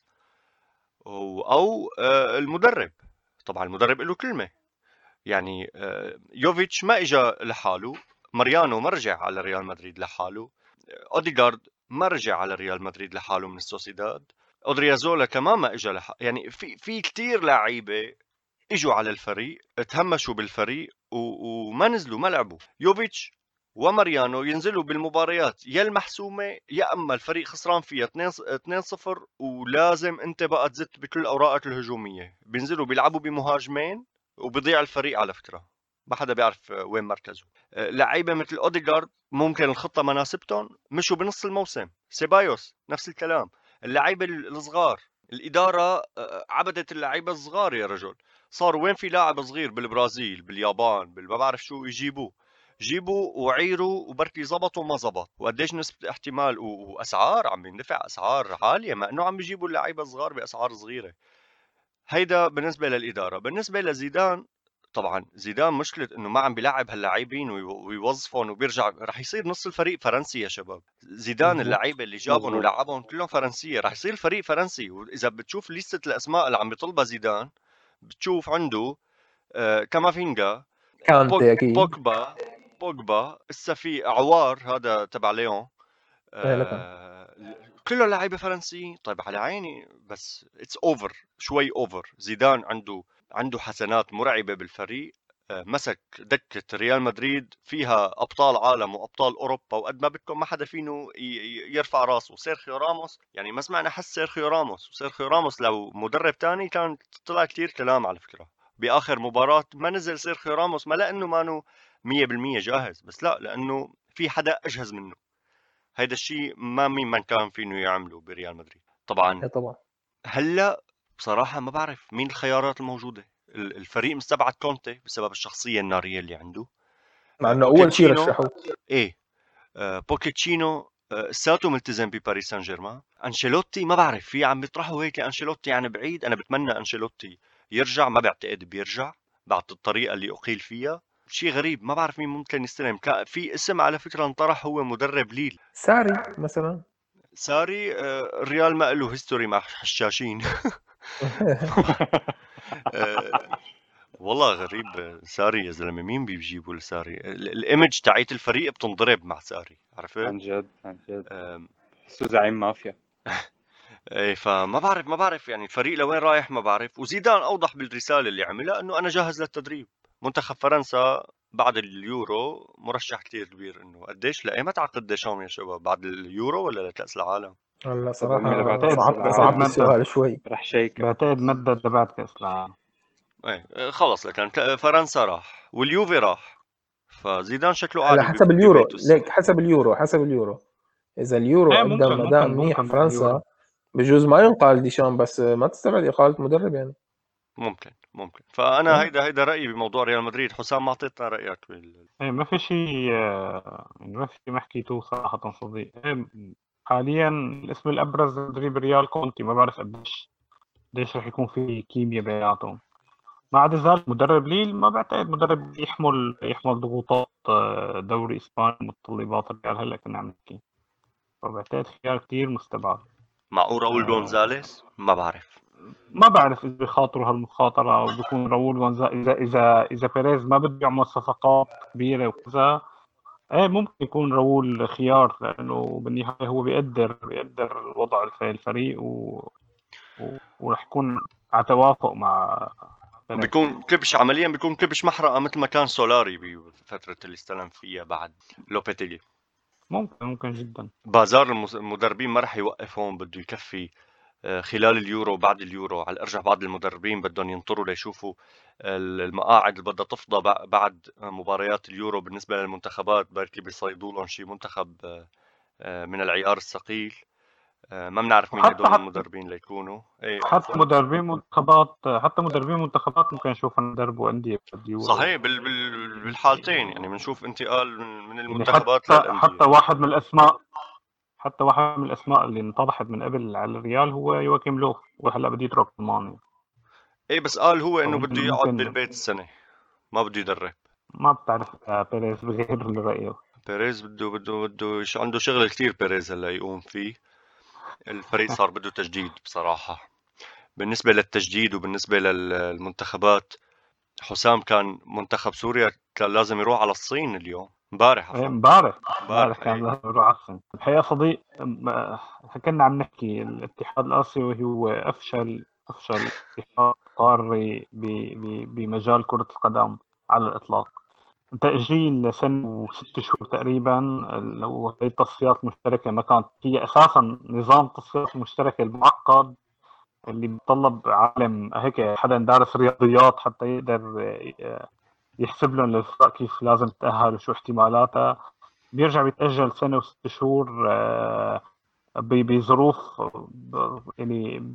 أو المدرب. طبعا المدرب له كلمة. يعني يوفيتش ما إجا لحاله، ماريانو ما رجع على ريال مدريد لحاله، اوديغارد ما رجع على ريال مدريد لحاله من السوسيداد، اودريازولا كمان ما اجى لحاله. يعني في في كثير لعيبه اجوا على الفريق، تهمشوا بالفريق وما نزلوا ما لعبوا. يوفيتش وماريانو ينزلوا بالمباريات يا المحسومه يا اما الفريق خسران فيها اثنين صفر ولازم انت بقى تزت بكل اوراقك الهجوميه. بينزلوا بيلعبوا بمهاجمين وبيضيع الفريق على فكره، ما حدا بيعرف وين مركزه. لعيبه مثل اوديغارد ممكن الخطه ما ناسبتهم، مشوا بنص الموسم. سيبايوس نفس الكلام. اللعيبه الصغار، الاداره عبدت اللعيبه الصغار يا رجل. صار وين في لاعب صغير بالبرازيل باليابان ما بعرف شو يجيبوه، جيبوا وعيروا وبركي زبط وما زبط. وقديش نسبة احتمال واسعار عم يندفع، اسعار عالية، ما انه عم يجيبوا اللعيبة الصغار باسعار صغيرة. هيدا بالنسبة للإدارة. بالنسبة لزيدان، طبعا زيدان مشكلة انه ما عم بيلعب هاللاعبين ويوظفهم وبيرجع، رح يصير نص الفريق فرنسي يا شباب. زيدان اللعيبة اللي جابهم ولعبهم كلهم فرنسية، رح يصير الفريق فرنسي. واذا بتشوف لستة الاسماء اللي عم بيطلبها زيدان، بتشوف عنده آه كامافينجا، كانتي اكيد، بوجبا بوجبا لسه في عوار هذا تبع ليون، آه كله لعيبه فرنسيين. طيب على عيني، بس اتس اوفر شوي اوفر. زيدان عنده عنده حسنات مرعبه بالفريق. آه مسك دكه ريال مدريد فيها ابطال عالم وابطال اوروبا، وقد ما بدكم ما حدا فينه يرفع راسه. سيرخيو راموس، يعني ما سمعنا حس سيرخيو راموس. وسيرخيو راموس لو مدرب تاني كان طلع كتير كلام على فكره. باخر مباراه ما نزل سيرخيو راموس، ما لانه مانو مية بالمية جاهز، بس لا لانه في حدا اجهز منه. هيدا الشيء ما مين من كان فينه يعمله بريال مدريد. طبعا طبعا هلا بصراحه ما بعرف مين الخيارات الموجوده. الفريق مستبعد كونتي بسبب الشخصيه الناريه اللي عنده، مع انه اول شيء رشحوه. ايه آه بوكيتشينو ساتو ملتزم بباريس سان جيرمان. انشيلوتي ما بعرف، في عم بيطرحوا هيك انشيلوتي يعني بعيد. انا بتمنى انشيلوتي يرجع، ما بعتقد بيرجع بعد الطريقه اللي اقيل فيها. شيء غريب، ما بعرف مين ممكن يستلم. في اسم على فكره انطرح، هو مدرب ليل، ساري مثلا. ساري. آه الريال ما له هيستوري مع حشاشين. آه والله غريب ساري يا زلمه. مين بيجيبوا لساري؟ الايمج تاعيت الفريق بتنضرب مع ساري، عرفت؟ عن جد عن جد حسوا زعيم مافيا. ايه فما بعرف ما بعرف يعني الفريق لوين رايح ما بعرف. وزيدان اوضح بالرساله اللي عملها انه انا جاهز للتدريب. منتخب فرنسا بعد اليورو مرشح كتير كبير. انه قديش لاي متى عقد ديشام يا شباب؟ بعد اليورو ولا لكاس العالم؟ هلا طب أمي صراحه لبعد كأس صعب العالم صعب مدد. السؤال شوي. رح شيك بعتقد مدد لبعد كاس العالم. ايه خلص، لكن ك- فرنسا راح واليوفي راح، فزيدان شكله هلا قاعد حسب ببيته اليورو، السنة. ليك حسب اليورو حسب اليورو اذا اليورو ايه قدم ممكن اداء ممكن منيح ممكن فرنسا باليورو. بجوز ما ينقال ديشام، بس ما تستبعد اقاله مدرب يعني. ممكن ممكن. فانا أه. هيدا هيدا رايي بموضوع ريال مدريد. حسام ما اعطيتنا رايك بال... ايه ما في شيء آه، ما في ما حكيتوه صراحة صديق. إيه حاليا الاسم الابرز لتدريب ريال كونتي، ما بعرف قديش قديش رح يكون في كيمياء بيناتهم. ما عدا ذلك مدرب ليل ما بعتقد مدرب يحمل يحمل ضغوطات آه، دوري اسباني متطلبات الريال هلا كنا عم نحكي. فبعتقد خيار كثير مستبعد. معقول راؤول آه. جونزاليس؟ ما بعرف. ما بعرف اذا بيخاطروا هالمخاطره او بيكون راؤول جونزاليس اذا اذا اذا بيريز ما بده يعمل صفقات كبيره وكذا. ايه ممكن يكون راؤول خيار، لانه بالنهايه هو بيقدر بيقدر وضع الفريق و... و... ورح يكون على توافق مع بيريز. بيكون كبش عمليا، بيكون كبش محرقه مثل ما كان سولاري بفتره اللي استلم فيها بعد لوبيتيجي. ممكن ممكن جدا. بازار المدربين ما رح يوقف هون، بده يكفي خلال اليورو. بعد اليورو على الارجح بعض المدربين بدهم ينطروا ليشوفوا المقاعد اللي بدها تفضى بعد مباريات اليورو بالنسبه للمنتخبات. بركي بيصيدوا لهم شي منتخب من العيار الثقيل. آه، ما بنعرف مين وحتى هدول حتى المدربين ليكونوا. ايه حتى عفوا. مدربين منتخبات حتى مدربين منتخبات ممكن نشوفهم يدربوا أندية باليورو. صحيح بال... بال... بالحالتين يعني بنشوف انتقال من, من يعني المنتخبات حتى للأندية. حتى واحد من الأسماء حتى واحد من الأسماء اللي انطرحت من قبل على الريال هو يواكيم لوف، وهلا بده يترك ألمانيا. ايه بس قال هو انه فممكن بده يقعد ممكن بالبيت السنة، ما بده يدرب. ما بتعرف آه، بيريز بغير رأيه. بيريز بده بده بده ش- عنده شغل كتير بيريز هلا يقوم فيه. الفريق صار بده تجديد بصراحة. بالنسبة للتجديد وبالنسبة للمنتخبات، حسام كان منتخب سوريا كان لازم يروح على الصين اليوم، امبارح إيه، عفوا. امبارح امبارح امبارح كان ايه. لازم يروح على الصين. الحقيقة صديق م- كنا عم نحكي الاتحاد الآسيوي هو أفشل أفشل اتحاد قاري ب- ب- بمجال كرة القدم على الإطلاق. تأجيل سنة وست شهور تقريبا. لو هي التصفيات المشتركة ما كانت هي أساسا نظام التصفيات المشتركة المعقد اللي بيتطلب عالم هيك حدا دارس رياضيات حتى يقدر ي- يحسب لهم الفرق كيف لازم تتأهل وشو احتمالاتها. بيرجع بيتأجل سنة وست شهور آه، ب- بظروف ب- يعني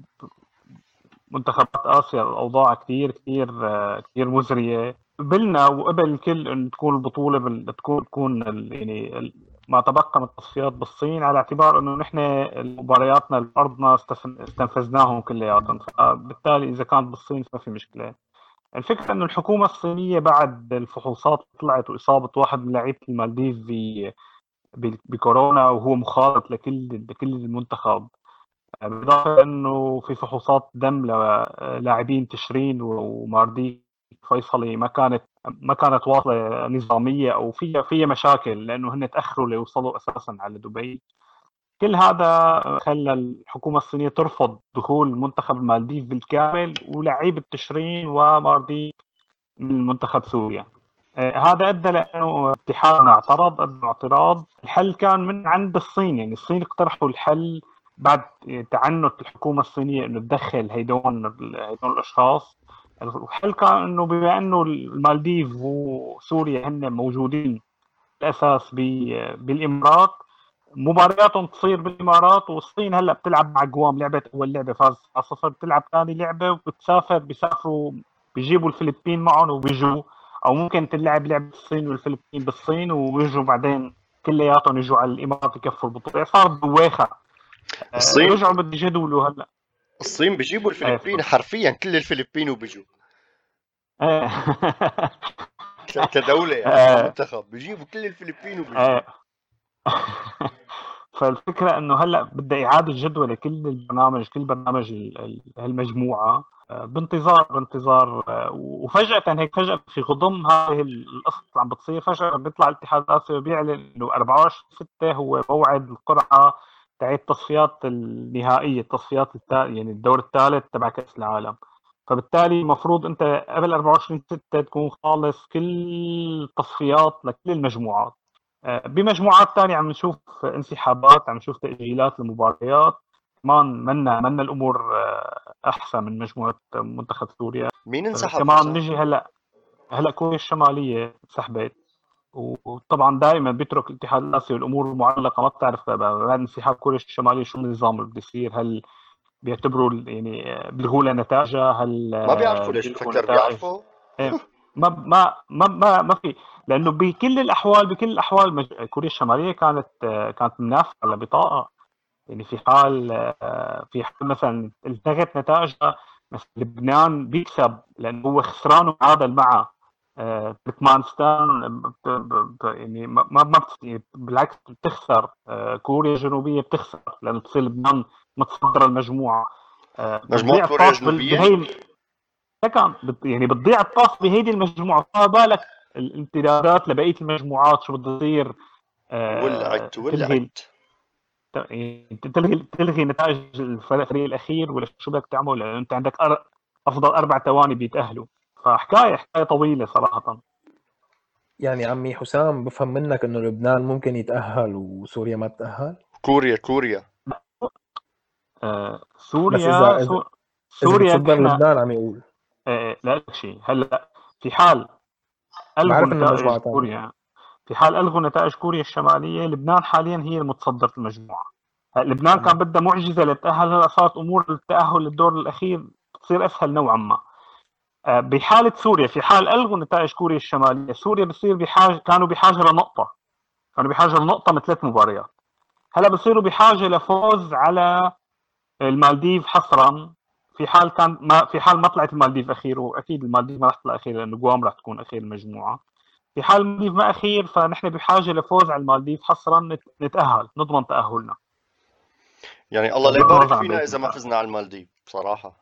منتخبات آسيا الأوضاع كتير كتير آه، كتير مزرية. قبلنا وقبل الكل إن تكون البطولة بال... تكون تكون ال... يعني ال... ما تبقى من التصفيات بالصين، على اعتبار إنه نحن مبارياتنا بأرضنا استف- استنفذناهم كلياتهم، فبالتالي إذا كانت بالصين فما في مشكلة. الفكرة إنه الحكومة الصينية بعد الفحوصات اللي طلعت وإصابة واحد من لعيبة المالديف ب... ب... بكورونا وهو مخالط لكل لكل المنتخب، بالإضافة إنه في فحوصات دم للاعبين تشرين ومارديك فيصلي ما كانت ما كانت واصلة نظامية أو فيها فيها مشاكل، لأنه هن تأخروا ليوصلوا أساسا على دبي. كل هذا خلى الحكومة الصينية ترفض دخول منتخب المالديف بالكامل ولاعيبة تشرين ومارديك من منتخب سوريا. آه، هذا ادى لانه اتحادنا اعترض قدم اعتراض. الحل كان من عند الصين، يعني الصين اقترحوا الحل بعد تعنت الحكومه الصينيه انه تدخل هيدون هيدون الاشخاص. الحل كان انه بما انه المالديف وسوريا هن موجودين الاساس بالامارات، مبارياتهم تصير بالامارات، والصين هلا بتلعب مع قوام، لعبه اول لعبه فاز على صفر، بتلعب ثاني لعبه وبتسافر بيسافروا بيجيبوا الفلبين معهم وبيجوا، او ممكن تلعب لعبه الصين والفلبين بالصين ويجوا بعدين كلياتهم يجوا على الامارات يكفوا البطوله. صارت بواخه. آه، الصين رجعوا بده يجدولوا هلا. الصين بيجيبوا آه، الفلبين حرفيا، كل الفلبين وبيجوا آه، ك- كدولة يعني آه، كمنتخب بيجيبوا كل الفلبين وبيجوا. آه. فالفكرة انه هلا بدها اعادة جدوى لكل البرنامج، كل برنامج ال- ال- هالمجموعة آه، بانتظار بانتظار آه، وفجأة هيك فجأة في غضم هذه القصة اللي عم بتصير، فجأة بيطلع الاتحاد الآسيوي بيعلن انه أربعة وعشرين ستة هو موعد القرعة تاع التصفيات النهائية، التصفيات التا... يعني الدور الثالث تبع كأس العالم. فبالتالي المفروض انت قبل أربعة وعشرين ستة تكون خالص كل التصفيات لكل المجموعات. بمجموعات ثانية عم نشوف انسحابات، عم نشوف تأجيلات لمباريات، كمان منا منا الأمور آه، أحسن من مجموعة منتخب سوريا. مين آه، انسحب كمان حسام؟ نجي هلا هلا كوريا الشمالية سحبت، وطبعا دائما بيترك الاتحاد الآسيوي الأمور معلقة، ما بتعرف بعد انسحاب كوريا الشمالية شو النظام اللي بده يصير. هل بيعتبروا يعني آه، بيلغوا لها نتائجها؟ هل ما آه، بيعرفوا ليش، بيلغوا بفكر نتائج؟ بيعرفوا. إيه، ما ما ما ما ما في، لانه بكل الاحوال بكل الاحوال مج... كوريا الشماليه كانت آه، كانت منافسه على بطاقه. يعني في حال آه، في حال مثلا التغت نتائجها، مثلا لبنان بيكسب لانه هو خسران وعادل مع آه، تركمانستان ب- ب- ب- يعني ما ما ما بت- يعني بالعكس بتخسر. آه، كوريا الجنوبيه بتخسر لانه تصير لبنان متصدر المجموعه. آه، مجموعة بتضيع كوريا الطاس بال- الجنوبية. بهي كان بت- يعني بتضيع الطاس بهيدي المجموعه، فما بالك الامتدادات لبقيه المجموعات شو بده يصير. آه، ولعت تلغي ولعت. يعني تلغي تلغي نتائج الفريق الاخير ولا شو بدك تعمل، لانه انت عندك أر- افضل اربع ثواني بيتاهلوا. فحكايه حكايه طويله صراحه. يعني عمي حسام بفهم منك انه لبنان ممكن يتأهل وسوريا ما تتأهل. كوريا كوريا آه، بس سوريا اذا اذا سو اذا سوريا بتصدر نحن لبنان عم يقول. آه، لا لك شيء هلا. في حال الغوا بعرف انه نتائج مجموعة ثانية. كوريا في حال الغوا نتائج كوريا الشماليه، لبنان حاليا هي المتصدره المجموعه. لبنان كان بدها معجزه لتاهل، هلا صارت امور التاهل للدور الاخير تصير اسهل نوعا ما. بحاله سوريا، في حال الغوا نتائج كوريا الشماليه، سوريا بصير بحاجه، كانوا بحاجه لنقطه، كانوا بحاجه لنقطه من ثلاث مباريات، هلا بصيروا بحاجه لفوز على المالديف حصرا، في حال كان ما في حال ما طلعت المالديف اخير، واكيد المالديف ما راح تطلع اخير لانه جوام راح تكون اخير المجموعه. في حال المالديف ما اخير، فنحن بحاجه لفوز على المالديف حصرا نتاهل، نضمن تاهلنا. يعني الله لا بغض يبارك النظر عن فينا بقيه اذا ما النتائج. فزنا على المالديف بصراحه.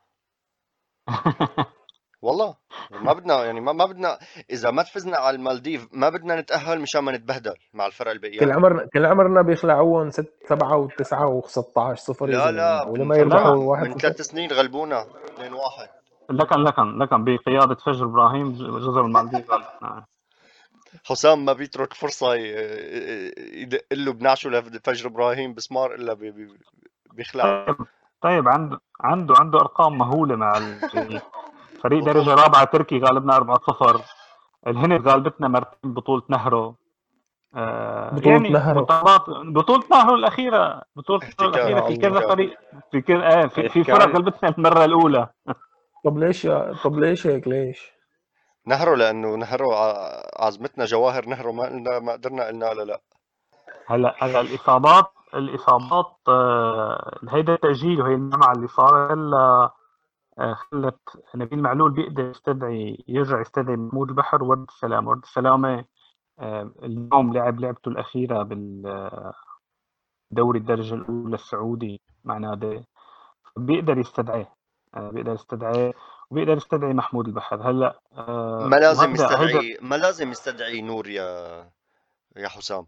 والله ما بدنا يعني ما, ما بدنا اذا ما فزنا على المالديف ما بدنا نتاهل مشان ما نتبهدل مع الفرق كل البقيان. عمرنا كل عمرنا بيخلعوهم ست سبعة وتسعة وستة عشر صفر يا لا زلمه، لا معقوله من ما لا يربحوا لا واحد من صفر؟ ثلاث سنين غلبونا اثنين واحد. لكن لكن لكن بقياده فجر ابراهيم جزر المالديف غلبتنا. حسام ما بيترك فرصه ي- ي- يدق له بنعشه لفجر ابراهيم بسمار الا بي- بي- بيخلعه. طيب طيب عنده عنده عنده ارقام مهوله مع الفريق. فريق درجه بالضبط. رابعه تركي غالبنا أربعة صفر. الهند غالبتنا مرتين بطوله نهرو. آه بطوله يعني نهره. منتخبات بطوله نهرو الاخيره، بطوله نهرو احتكار الاخيره يا في كذا الله. احتكار. فريق، في كذا آه في, في فرق كان غلبتنا المره الاولى. طب ليش يا طب ليش هيك ليش؟ نهره لانه نهره ع- عزمتنا جواهر نهره ما قلنا ما قدرنا قلنا لا لا. هلا هلا الاصابات الاصابات آه هيدا التاجيل وهي المنعه اللي صار هلا آه، خلت نبيل معلول بيقدر يستدعي يرجع يستدعي محمود البحر وورد السلامة. ورد السلامة آه، اليوم لعب لعبته الأخيرة بالدوري الدرجة الأولى السعودي مع نادي، بيقدر يستدعيه، آه، بيقدر يستدعيه وبيقدر يستدعي محمود البحر هلا. ما آه، لازم وهذا هيدا يستدعي ما لازم يستدعي نور يا يا حسام.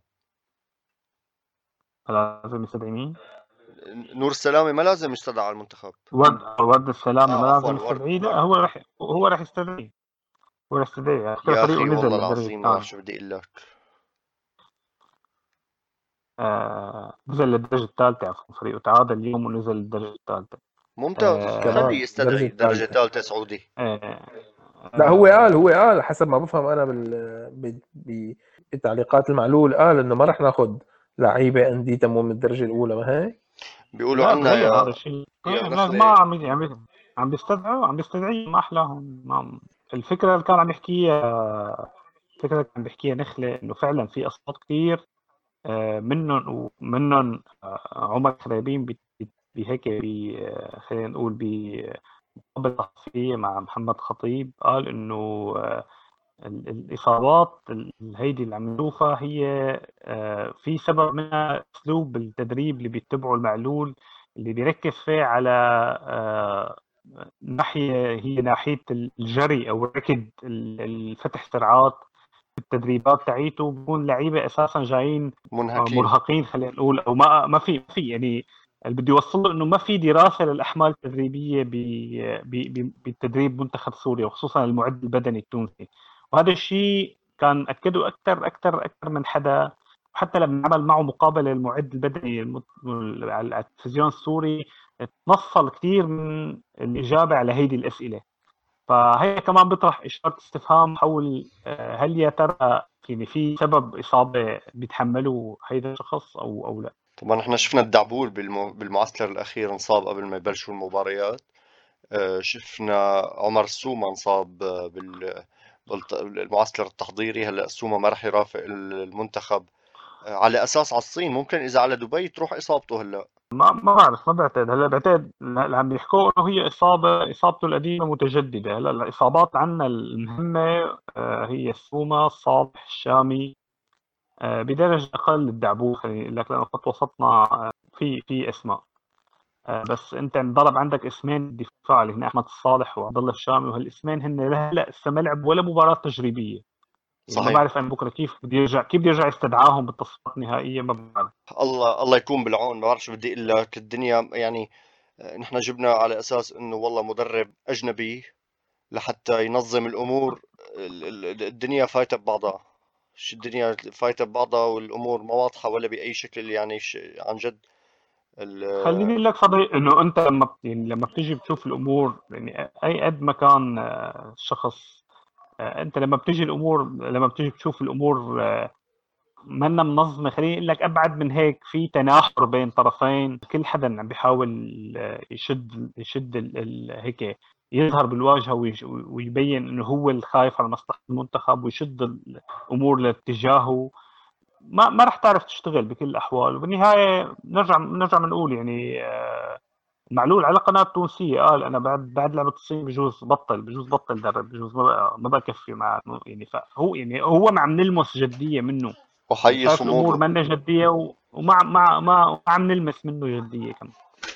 لازم يستدعي مين؟ نور السلامة ما لازم يستدعى على المنتخب. ورد ورد السلامة اه ما عفوا لازم ورد يستدعيه، لا ورد. هو رح هو رح يستدعيه، هو رح يستدعيه، على فكرة يا فريقه اخي نزل والله للدرجة العظيم ما بعرف الثانية. شو بدي اقول لك. آه، نزل للدرجة الثالثة، عفوا فريقه تعادل اليوم ونزل للدرجة الثالثة. ممتاز آه، خليه كمان الدرجه يستدعي درجة الثالثه. ثالثة سعودي. آه، لا هو قال هو آه، قال حسب ما بفهم انا بال ب- ب- بتعليقات المعلول، قال انه ما رح ناخذ لعيبه انديه تموم من الدرجه الاولى، ما هيك؟ بيقولوا لا عنا تغير هذا يا الشيء، يا ما نخلة. عم ي- عم ي- عم بيستدعوا عم بيستدعي ما احلاهم. ما- الفكرة اللي كان عم يحكيها، الفكرة اللي كان بيحكيها نخلة انه فعلا في اصوات كثير منهم ومنهم عمر خرابين ب- بهيك ب- آه، خلينا نقول بمقابلة صحفية مع محمد خطيب، قال انه آه، ال- الإصابات ال- هيدي اللي عم نشوفها هي آه، في سبب منها أسلوب التدريب اللي بيتبعه المعلول، اللي بيركز فيه على آه، ناحية هي ناحية الجري أو الركض، ال- الفتح سرعات. التدريبات تاعيته بكون لعيبة أساسا جايين آه، منهكين. مرهقين، خلينا نقول، أو ما ما في ما في يعني اللي بده يوصل له انه ما في دراسه للاحمال التدريبيه ب- ب- ب- بتدريب منتخب سوريا، وخصوصا المعد البدني التونسي. وهذا الشيء كان اكده اكثر اكثر اكثر من حدا. وحتى لما عمل معه مقابله المعد البدني المت- على التلفزيون السوري، تنصل كثير من الاجابه على هيدي الاسئله. فهي كمان بيطرح اشاره استفهام حول آه، هل يا ترى يعني في سبب اصابه بيتحمله هيدا الشخص او او لا. طبعا احنا شفنا الدعبور بالمو... بالمعسكر الاخير انصاب قبل ما يبلشوا المباريات. آه، شفنا عمر السومة انصاب آه، بال بالت- بالمعسكر التحضيري. هلا السومة ما راح يرافق المنتخب آه، على اساس على الصين. ممكن اذا على دبي تروح اصابته هلا. ما ما بعرف، ما بعتقد. هلا بعتقد اللي عم يحكوا انه هي اصابه اصابته القديمه متجدده. هلا الاصابات عندنا المهمه آه، هي السومه، الصالح، الشامي، آه، بدرجه اقل الدعبور، خليني اقول لك، لانه خط وسطنا آه، في في اسماء. آه، بس انت انضرب عندك اسمين الدفاع اللي هن احمد الصالح وعبد الله الشامي، وهالاسمين هن لهلا لسه ما لعبوا ولا مباراه تجريبيه. يعني ما صحيح. بعرف انا بكره كيف بده يرجع كيف بده يرجع يستدعاهم بالتصفيات النهائيه، ما بعرف. الله الله يكون بالعون. ما بعرف شو بدي اقول لك. الدنيا يعني آه، نحن جبنا على اساس انه والله مدرب اجنبي لحتى ينظم الامور. ال- ال- الدنيا فايته ببعضها. ش- الدنيا فايته ببعضها والامور ما واضحه ولا باي شكل. يعني ش- عن جد ال- خليني اقول لك صديق انه انت لما بت- يعني لما بتيجي بتشوف الامور، يعني اي قد ما كان آه، الشخص، آه، انت لما بتيجي الامور لما بتيجي بتشوف الامور آه، منا منظمة، خليني أقول لك أبعد من هيك، في تناحر بين طرفين، كل حدا عم بيحاول آه، يشد يشد ال ال هيك يظهر بالواجهة ويش- ويبين إنه هو الخايف على مصلحة المنتخب ويشد الأمور لاتجاهه. ما ما راح تعرف تشتغل بكل الأحوال. وبالنهاية نرجع نرجع بنقول يعني آه، معلول على قناة تونسية قال أنا بعد بعد لعبة الصين بجوز بطل بجوز بطل درب بجوز ما بقى ما بكفي مع يعني. فهو يعني هو ما عم نلمس جدية منه، يعني وحيي شايف الأمور صموده. منا جدية و- ومع مع ما ما عم نلمس منه جدية كمان.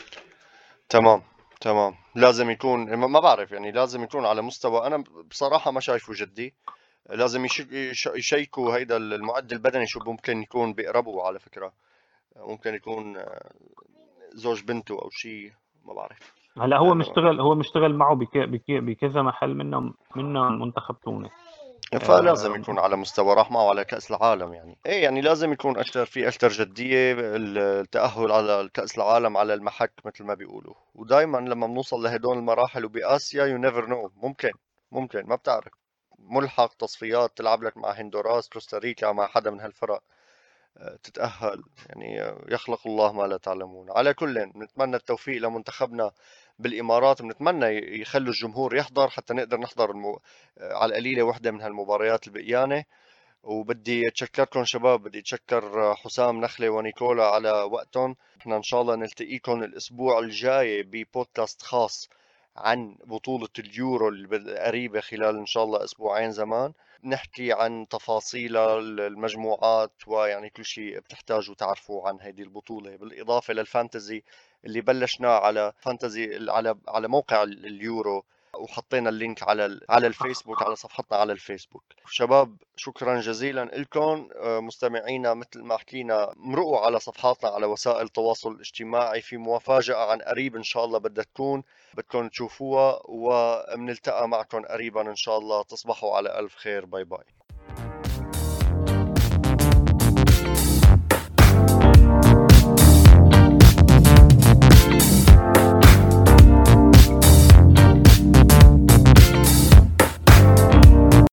تمام تمام، لازم يكون ما ما بعرف يعني لازم يكون على مستوى، انا بصراحة ما شايفه جدي. لازم يش- يش- يشيكوا هيدا المعد البدني شو ممكن يكون بيقربوا على فكرة، ممكن يكون آه، زوج بنته او شيء، ما بعرف. هلا هو لانه مشتغل هو مشتغل معه بك بك بكذا محل منهم منهم منتخب تونس. فلازم آه، يكون على مستوى، راح معه على كأس العالم يعني، ايه يعني لازم يكون اكثر في اكثر جدية التأهل على كأس العالم على المحك مثل ما بيقولوا. ودائما لما بنوصل لهدول المراحل وبآسيا يو نيفر نو، ممكن ممكن ما بتعرف، ملحق تصفيات تلعب لك مع هندوراس كوستاريكا مع حدا من هالفرق آه، تتأهل يعني. آه، يخلق الله ما لا تعلمون. على كل نتمنى التوفيق لمنتخبنا بالإمارات، بنتمنى ي- يخلوا الجمهور يحضر حتى نقدر نحضر المو... آه، على القليلة وحدة من هالمباريات البقيانة. وبدي اتشكركم شباب، بدي اتشكر آه، حسام نخلة ونيكولا على وقتهم. احنا ان شاء الله نلتقيكم الاسبوع الجاي ببودكاست خاص عن بطولة اليورو القريبة خلال ان شاء الله اسبوعين زمان، نحكي عن تفاصيل المجموعات ويعني كل شيء بتحتاجوا تعرفوه عن هذه البطولة، بالإضافة للفانتزي اللي بلشناه على فانتزي على على موقع اليورو، وحطينا اللينك على ال- على الفيسبوك، على صفحتنا على الفيسبوك. شباب شكرا جزيلا لكم مستمعينا، مثل ما حكينا مرقوا على صفحاتنا على وسائل التواصل الاجتماعي، في مفاجأة عن قريب ان شاء الله بدها تكون، بدكم تشوفوها، وبنلتقى معكم قريبا ان شاء الله. تصبحوا على الف خير، باي باي.